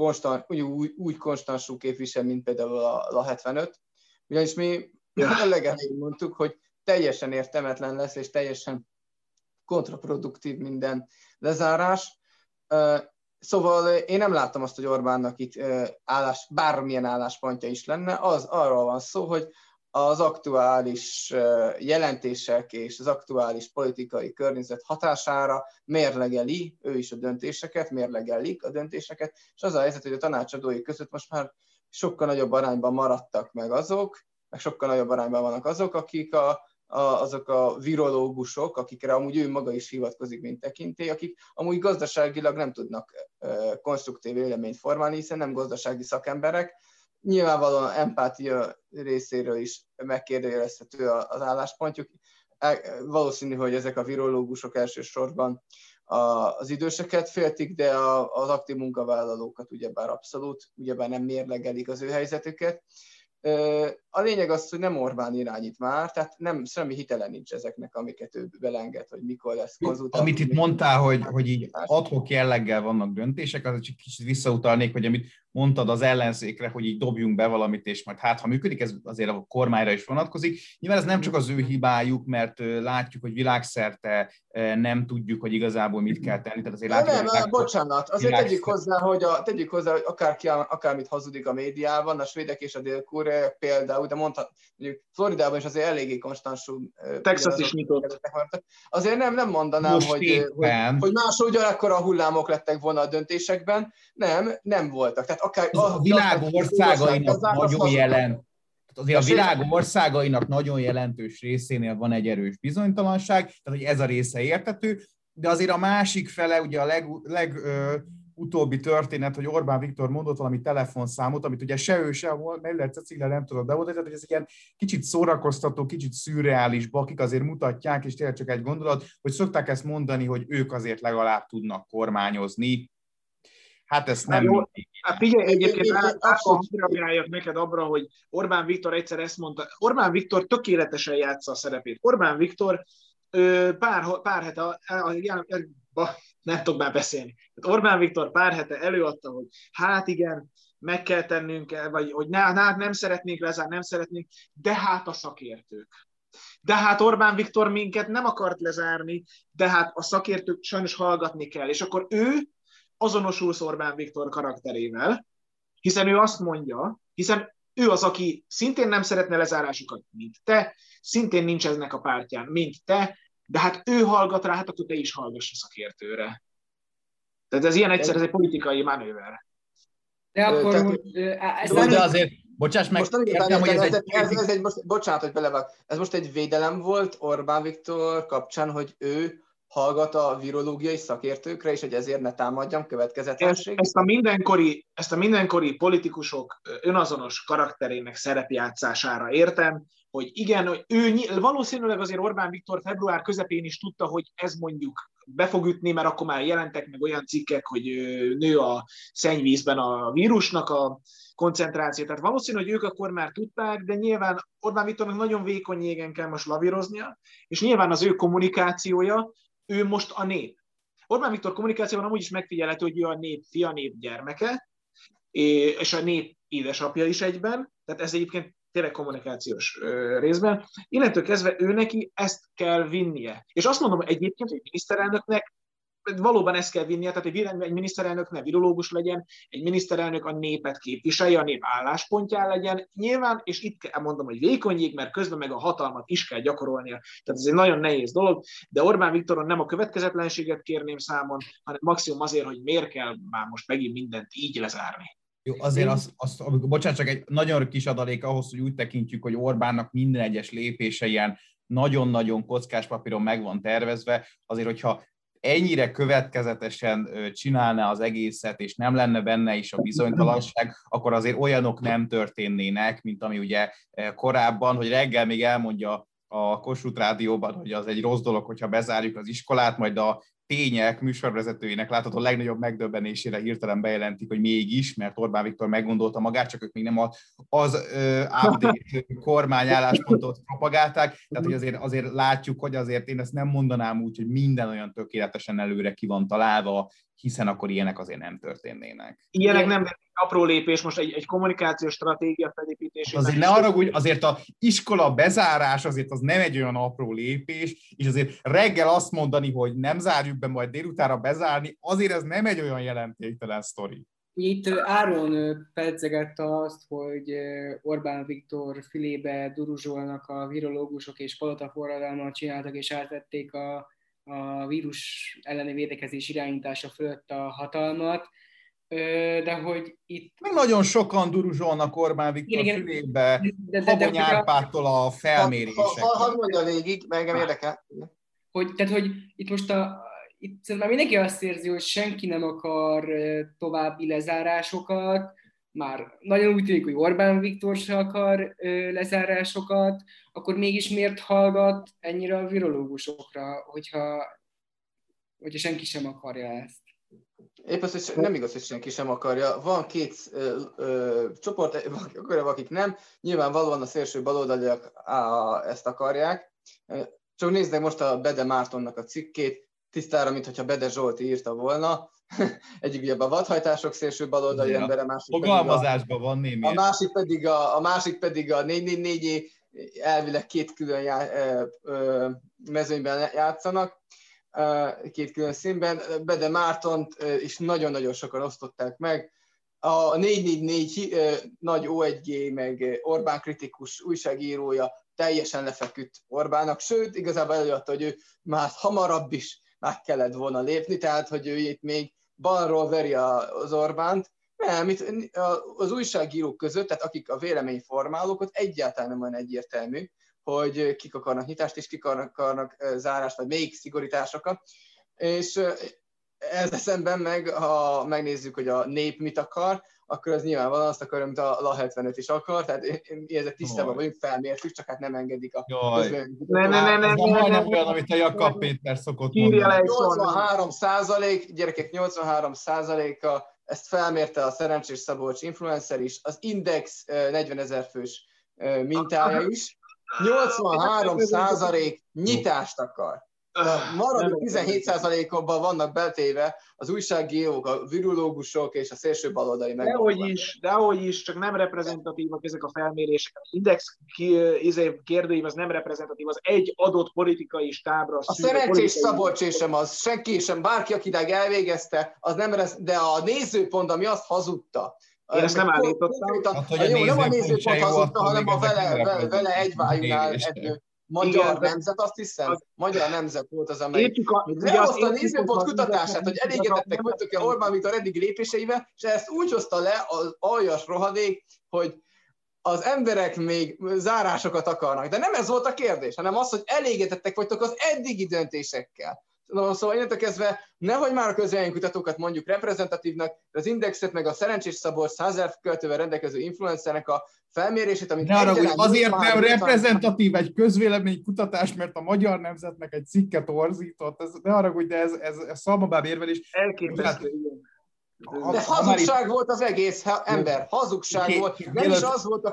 úgy konstansú képvisel, mint például a 75. Ugyanis mi legelőbb mondtuk, hogy teljesen értelmetlen lesz, és teljesen kontraproduktív minden lezárás. Szóval én nem láttam azt, hogy Orbánnak itt bármilyen álláspontja is lenne. Arról van szó, hogy az aktuális jelentések és az aktuális politikai környezet hatására mérlegeli ő is a döntéseket, mérlegelik a döntéseket, és az a helyzet, hogy a tanácsadói között most már sokkal nagyobb arányban maradtak meg azok, meg sokkal nagyobb arányban vannak azok, akik azok a virológusok, akikre amúgy ő maga is hivatkozik, mint tekintély, akik amúgy gazdaságilag nem tudnak konstruktív véleményt formálni, hiszen nem gazdasági szakemberek. Nyilvánvalóan empátia részéről is megkérdőjelezhető az álláspontjuk. Valószínű, hogy ezek a virológusok elsősorban az időseket féltik, de az aktív munkavállalókat ugyebár abszolút, ugyebár nem mérlegelik az ő helyzetüket. A lényeg az, hogy nem Orbán irányít már, tehát nem semmi hitele nincs ezeknek, amiket ő belenged, hogy mikor lesz konzultáció. Amit itt mondtál, hogy így ad hoc jelleggel vannak döntések, az csak kicsit visszautalnék, hogy amit mondtad az ellenzékre, hogy így dobjunk be valamit, és majd hát, ha működik, ez azért a kormányra is vonatkozik. Nyilván ez nem csak az ő hibájuk, mert látjuk, hogy világszerte nem tudjuk, hogy igazából mit kell tenni. Tehát azért látjuk, bocsánat, azért tegyük hozzá, hogy akármit hazudik a médiában, a svédek és a dél-koreaiak például, de mondjuk Floridában is azért eléggé konstansú. Texas is nyitott. Azért nem mondanám, hogy máshol ugyanakkor a hullámok lettek volna a döntésekben. Nem voltak. Tehát akár a világ országainak nagyon jelent. Azért a világ országainak nagyon jelentős részénél van egy erős bizonytalanság, tehát hogy ez a része érthető, de azért a másik fele, ugye a legutóbbi történet, hogy Orbán Viktor mondott valami telefonszámot, amit ugye se ő, se a Mellett Cecilia nem tudott bemutatni, tehát hogy ez ilyen kicsit szórakoztató, kicsit szürreális bakik azért mutatják, és tényleg csak egy gondolat, hogy szokták ezt mondani, hogy ők azért legalább tudnak kormányozni. Hát ezt nem... Hát figyelj, egyébként reagáljak neked abra, hogy Orbán Viktor egyszer ezt mondta. Orbán Viktor tökéletesen játsza a szerepét. Orbán Viktor pár hete, nem tudok már beszélni. Orbán Viktor pár hete előadta, hogy hát igen, meg kell tennünk, vagy hogy nem szeretnénk lezárni, nem szeretnénk, de hát a szakértők. De hát Orbán Viktor minket nem akart lezárni, de hát a szakértők sajnos hallgatni kell. És akkor ő azonosul Orbán Viktor karakterével, hiszen ő azt mondja, hiszen ő az, aki szintén nem szeretne lezárásokat, mint te, szintén nincs eznek a pártján, mint te, de hát ő hallgat rá, hát akkor te is hallgass a szakértőre. Tehát ez ilyen egyszer, ez egy politikai manőver. De akkor... de azért, bocsáss meg, értem, hogy bocsánat, hogy belevág. Ez most egy védelem volt Orbán Viktor kapcsán, hogy ő hallgat a virológiai szakértőkre, és hogy ezért ne támadjam következetlenség. Ezt a mindenkori politikusok önazonos karakterének szerepjátszására értem, hogy igen, hogy ő valószínűleg azért Orbán Viktor február közepén is tudta, hogy ez mondjuk be fog ütni, mert akkor már jelentek meg olyan cikkek, hogy nő a szennyvízben a vírusnak a koncentráció. Tehát valószínű, hogy ők akkor már tudták, de nyilván Orbán Viktornak nagyon vékony jégen kell most lavíroznia, és nyilván az ő kommunikációja, ő most a nép. Orbán Viktor kommunikációban amúgy is megfigyelhető, hogy ő a nép fia, nép gyermeke, és a nép édesapja is egyben, tehát ez egyébként tényleg kommunikációs részben. Innentől kezdve ő neki ezt kell vinnie. És azt mondom egyébként, hogy miniszterelnöknek valóban ezt kell vinnie, tehát egy miniszterelnök ne virológus legyen, egy miniszterelnök a népet képviselje, a nép álláspontján legyen. Nyilván, és itt kell mondom, hogy vékony jég, mert közben meg a hatalmat is kell gyakorolnia. Tehát ez egy nagyon nehéz dolog, de Orbán Viktoron nem a következetlenséget kérném számon, hanem maximum azért, hogy miért kell már most megint mindent így lezárni. Jó, azért bocsánat, csak egy nagyon kis adalék ahhoz, hogy úgy tekintjük, hogy Orbánnak minden egyes lépése ilyen nagyon-nagyon kockás papíron meg van tervezve, azért, hogyha ennyire következetesen csinálná az egészet, és nem lenne benne is a bizonytalanság, akkor azért olyanok nem történnének, mint ami ugye korábban, hogy reggel még elmondja a Kossuth Rádióban, hogy az egy rossz dolog, hogyha bezárjuk az iskolát, majd a Tények műsorvezetőinek látható legnagyobb megdöbbenésére hirtelen bejelentik, hogy mégis, mert Orbán Viktor meggondolta magát, csak ők még nem az update kormány álláspontot propagálták, tehát hogy azért látjuk, hogy azért én ezt nem mondanám úgy, hogy minden olyan tökéletesen előre ki van találva, hiszen akkor ilyenek azért nem történnének. Ilyenek nem apró lépés, most egy kommunikációs stratégia felépítésében. Azért ne haragudj, azért az iskola bezárás azért az nem egy olyan apró lépés, és azért reggel azt mondani, hogy nem zárjuk be, majd délutánra bezárni, azért ez nem egy olyan jelentéktelen sztori. Itt Áron pedzegette azt, hogy Orbán Viktor fülébe duruzsolnak a virológusok, és palotaforradalmat csináltak, és átvették a vírus elleni védekezés irányítása fölött a hatalmat, de hogy itt... Nagyon sokan duruzsolnak Orbán Viktor fülébe, Habony Árpádtól a felmérések. Hadd mondja végig, mert engem érdekel. Tehát, hogy itt most itt szerintem mindenki azt érzi, hogy senki nem akar további lezárásokat, már nagyon úgy tűnik, hogy Orbán Viktor se akar lezárásokat, akkor mégis miért hallgat ennyire a virológusokra, hogyha senki sem akarja ezt? Épp az, hogy nem igaz, hogy senki sem akarja. Van két csoport, akik nem. Nyilvánvalóan a szélső baloldaliak ezt akarják. Csak nézd meg most a Bede Mártonnak a cikkét. tisztára, mintha Bede Zsolt írta volna. Egyik ugye a vadhajtások szélső baloldali embere, másik fogalmazásban van némi. A másik pedig a 444 elvileg két külön mezőnyben játszanak, két külön színben. Bede Mártont is nagyon-nagyon sokan osztották meg. A 444 nagy O1G meg Orbán kritikus újságírója teljesen lefeküdt Orbánnak, sőt, igazából előadta, hogy ő már hamarabb is meg kellett volna lépni, tehát, hogy ő itt még balról veri az Orbánt. Nem, itt az újságírók között, tehát akik a véleményformálók, ott egyáltalán nem olyan egyértelmű, hogy kik akarnak nyitást, és kik akarnak zárást, vagy még szigorításokat. És ezzel szemben meg, ha megnézzük, hogy a nép mit akar, akkor az nyilvánvalóan azt akarja, mint a LA75 is akar, tehát ezzel tisztában vagyunk, felmértük, csak hát nem engedik a közvélemény. Nem olyan, amit a Jakab Péter szokott mondani. 83%, gyerekek 83%-a, ezt felmérte a Szerencsés Szabolcs influencer is, az Index 40 000 fős mintája is, 83% nyitást akar. A maradó 17%-ban vannak betéve az újságírók, a virológusok és a szélső baloldali megmondani. Dehogy is, csak nem reprezentatívak ezek a felmérések. Az Index kérdőív az nem reprezentatív, az egy adott politikai stábra. A Szerencsés Szabolcsé sem az, senki sem, bárki, aki elvégezte, az nem, de a nézőpont, ami azt hazudta. Én ezt nem állítottam. Nem a nézőpont hazudta, hanem a vele egyvájúnál edő. Magyar Nemzet, azt hiszem, Magyar Nemzet volt az, amelyik lehozta a nézőpont kutatását, hogy elégedettek voltak-e Orbán Viktor eddigi lépéseivel, és ezt úgy hozta le az aljas rohadék, hogy az emberek még zárásokat akarnak. De nem ez volt a kérdés, hanem az, hogy elégedettek vagytok az eddigi döntésekkel. Szóval innentől kezdve nehogy már a közvéleménykutatókat mondjuk reprezentatívnak, de az Indexet meg a Szerencsés Szabolcs 100 000 követővel rendelkező influencernek a felmérését, amit... Azért nem reprezentatív egy közvéleménykutatás, mert a Magyar Nemzetnek egy cikket torzított. Ne haragudj, de ez szalmabáb érvelés. Elképesztő, de hazugság volt az egész, ember, hazugság volt. Nem is az volt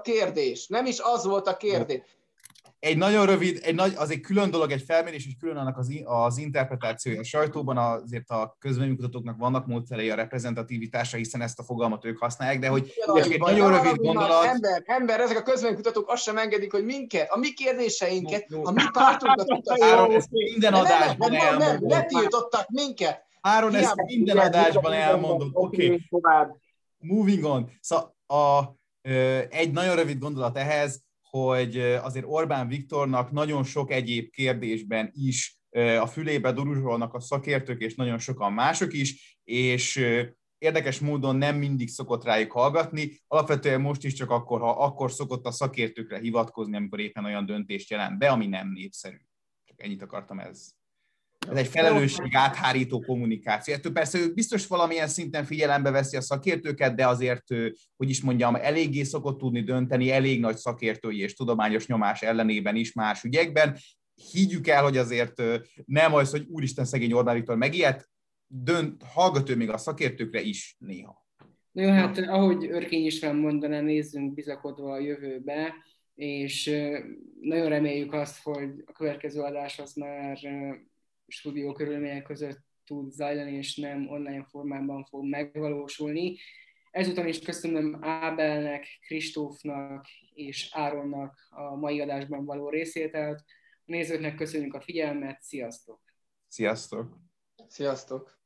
a kérdés. Egy nagyon rövid, azért külön dolog egy felmérés, és külön annak az interpretációja a sajtóban, azért a közvéleménykutatóknak vannak módszerei a reprezentativitásra, hiszen ezt a fogalmat ők használják, de hogy csak egy nagyon rövid gondolat... Ember, ezek a közvéleménykutatók azt sem engedik, hogy minket, a mi kérdéseinket, a mi pártunkat kutassák. Ezt minden adásban elmondom. Letiltottak minket. Áron, ezt minden adásban elmondom. Oké. Moving on. Szóval egy nagyon rövid gondolat ehhez, hogy azért Orbán Viktornak nagyon sok egyéb kérdésben is a fülébe duruzsolnak a szakértők, és nagyon sokan mások is, és érdekes módon nem mindig szokott rájuk hallgatni. Alapvetően most is csak akkor szokott a szakértőkre hivatkozni, amikor éppen olyan döntést jelent be, ami nem népszerű. Csak ennyit akartam ez egy felelősség áthárító kommunikáció. Ettől persze ő biztos valamilyen szinten figyelembe veszi a szakértőket, de azért, hogy is mondjam, eléggé szokott tudni dönteni, elég nagy szakértői és tudományos nyomás ellenében is más ügyekben. Higgyük el, hogy azért nem az, hogy úristen szegény Orbán Viktor megijedt, hallgat ő még a szakértőkre is néha. Jó, hát ahogy Örkény István mondaná, nézzünk bizakodva a jövőbe, és nagyon reméljük azt, hogy a következő adás az már stúdió körülmények között tud zajlani, és nem online formában fog megvalósulni. Ezután is köszönöm Ábelnek, Kristófnak és Áronnak a mai adásban való részvételt. A nézőknek köszönjük a figyelmet, sziasztok! Sziasztok! Sziasztok!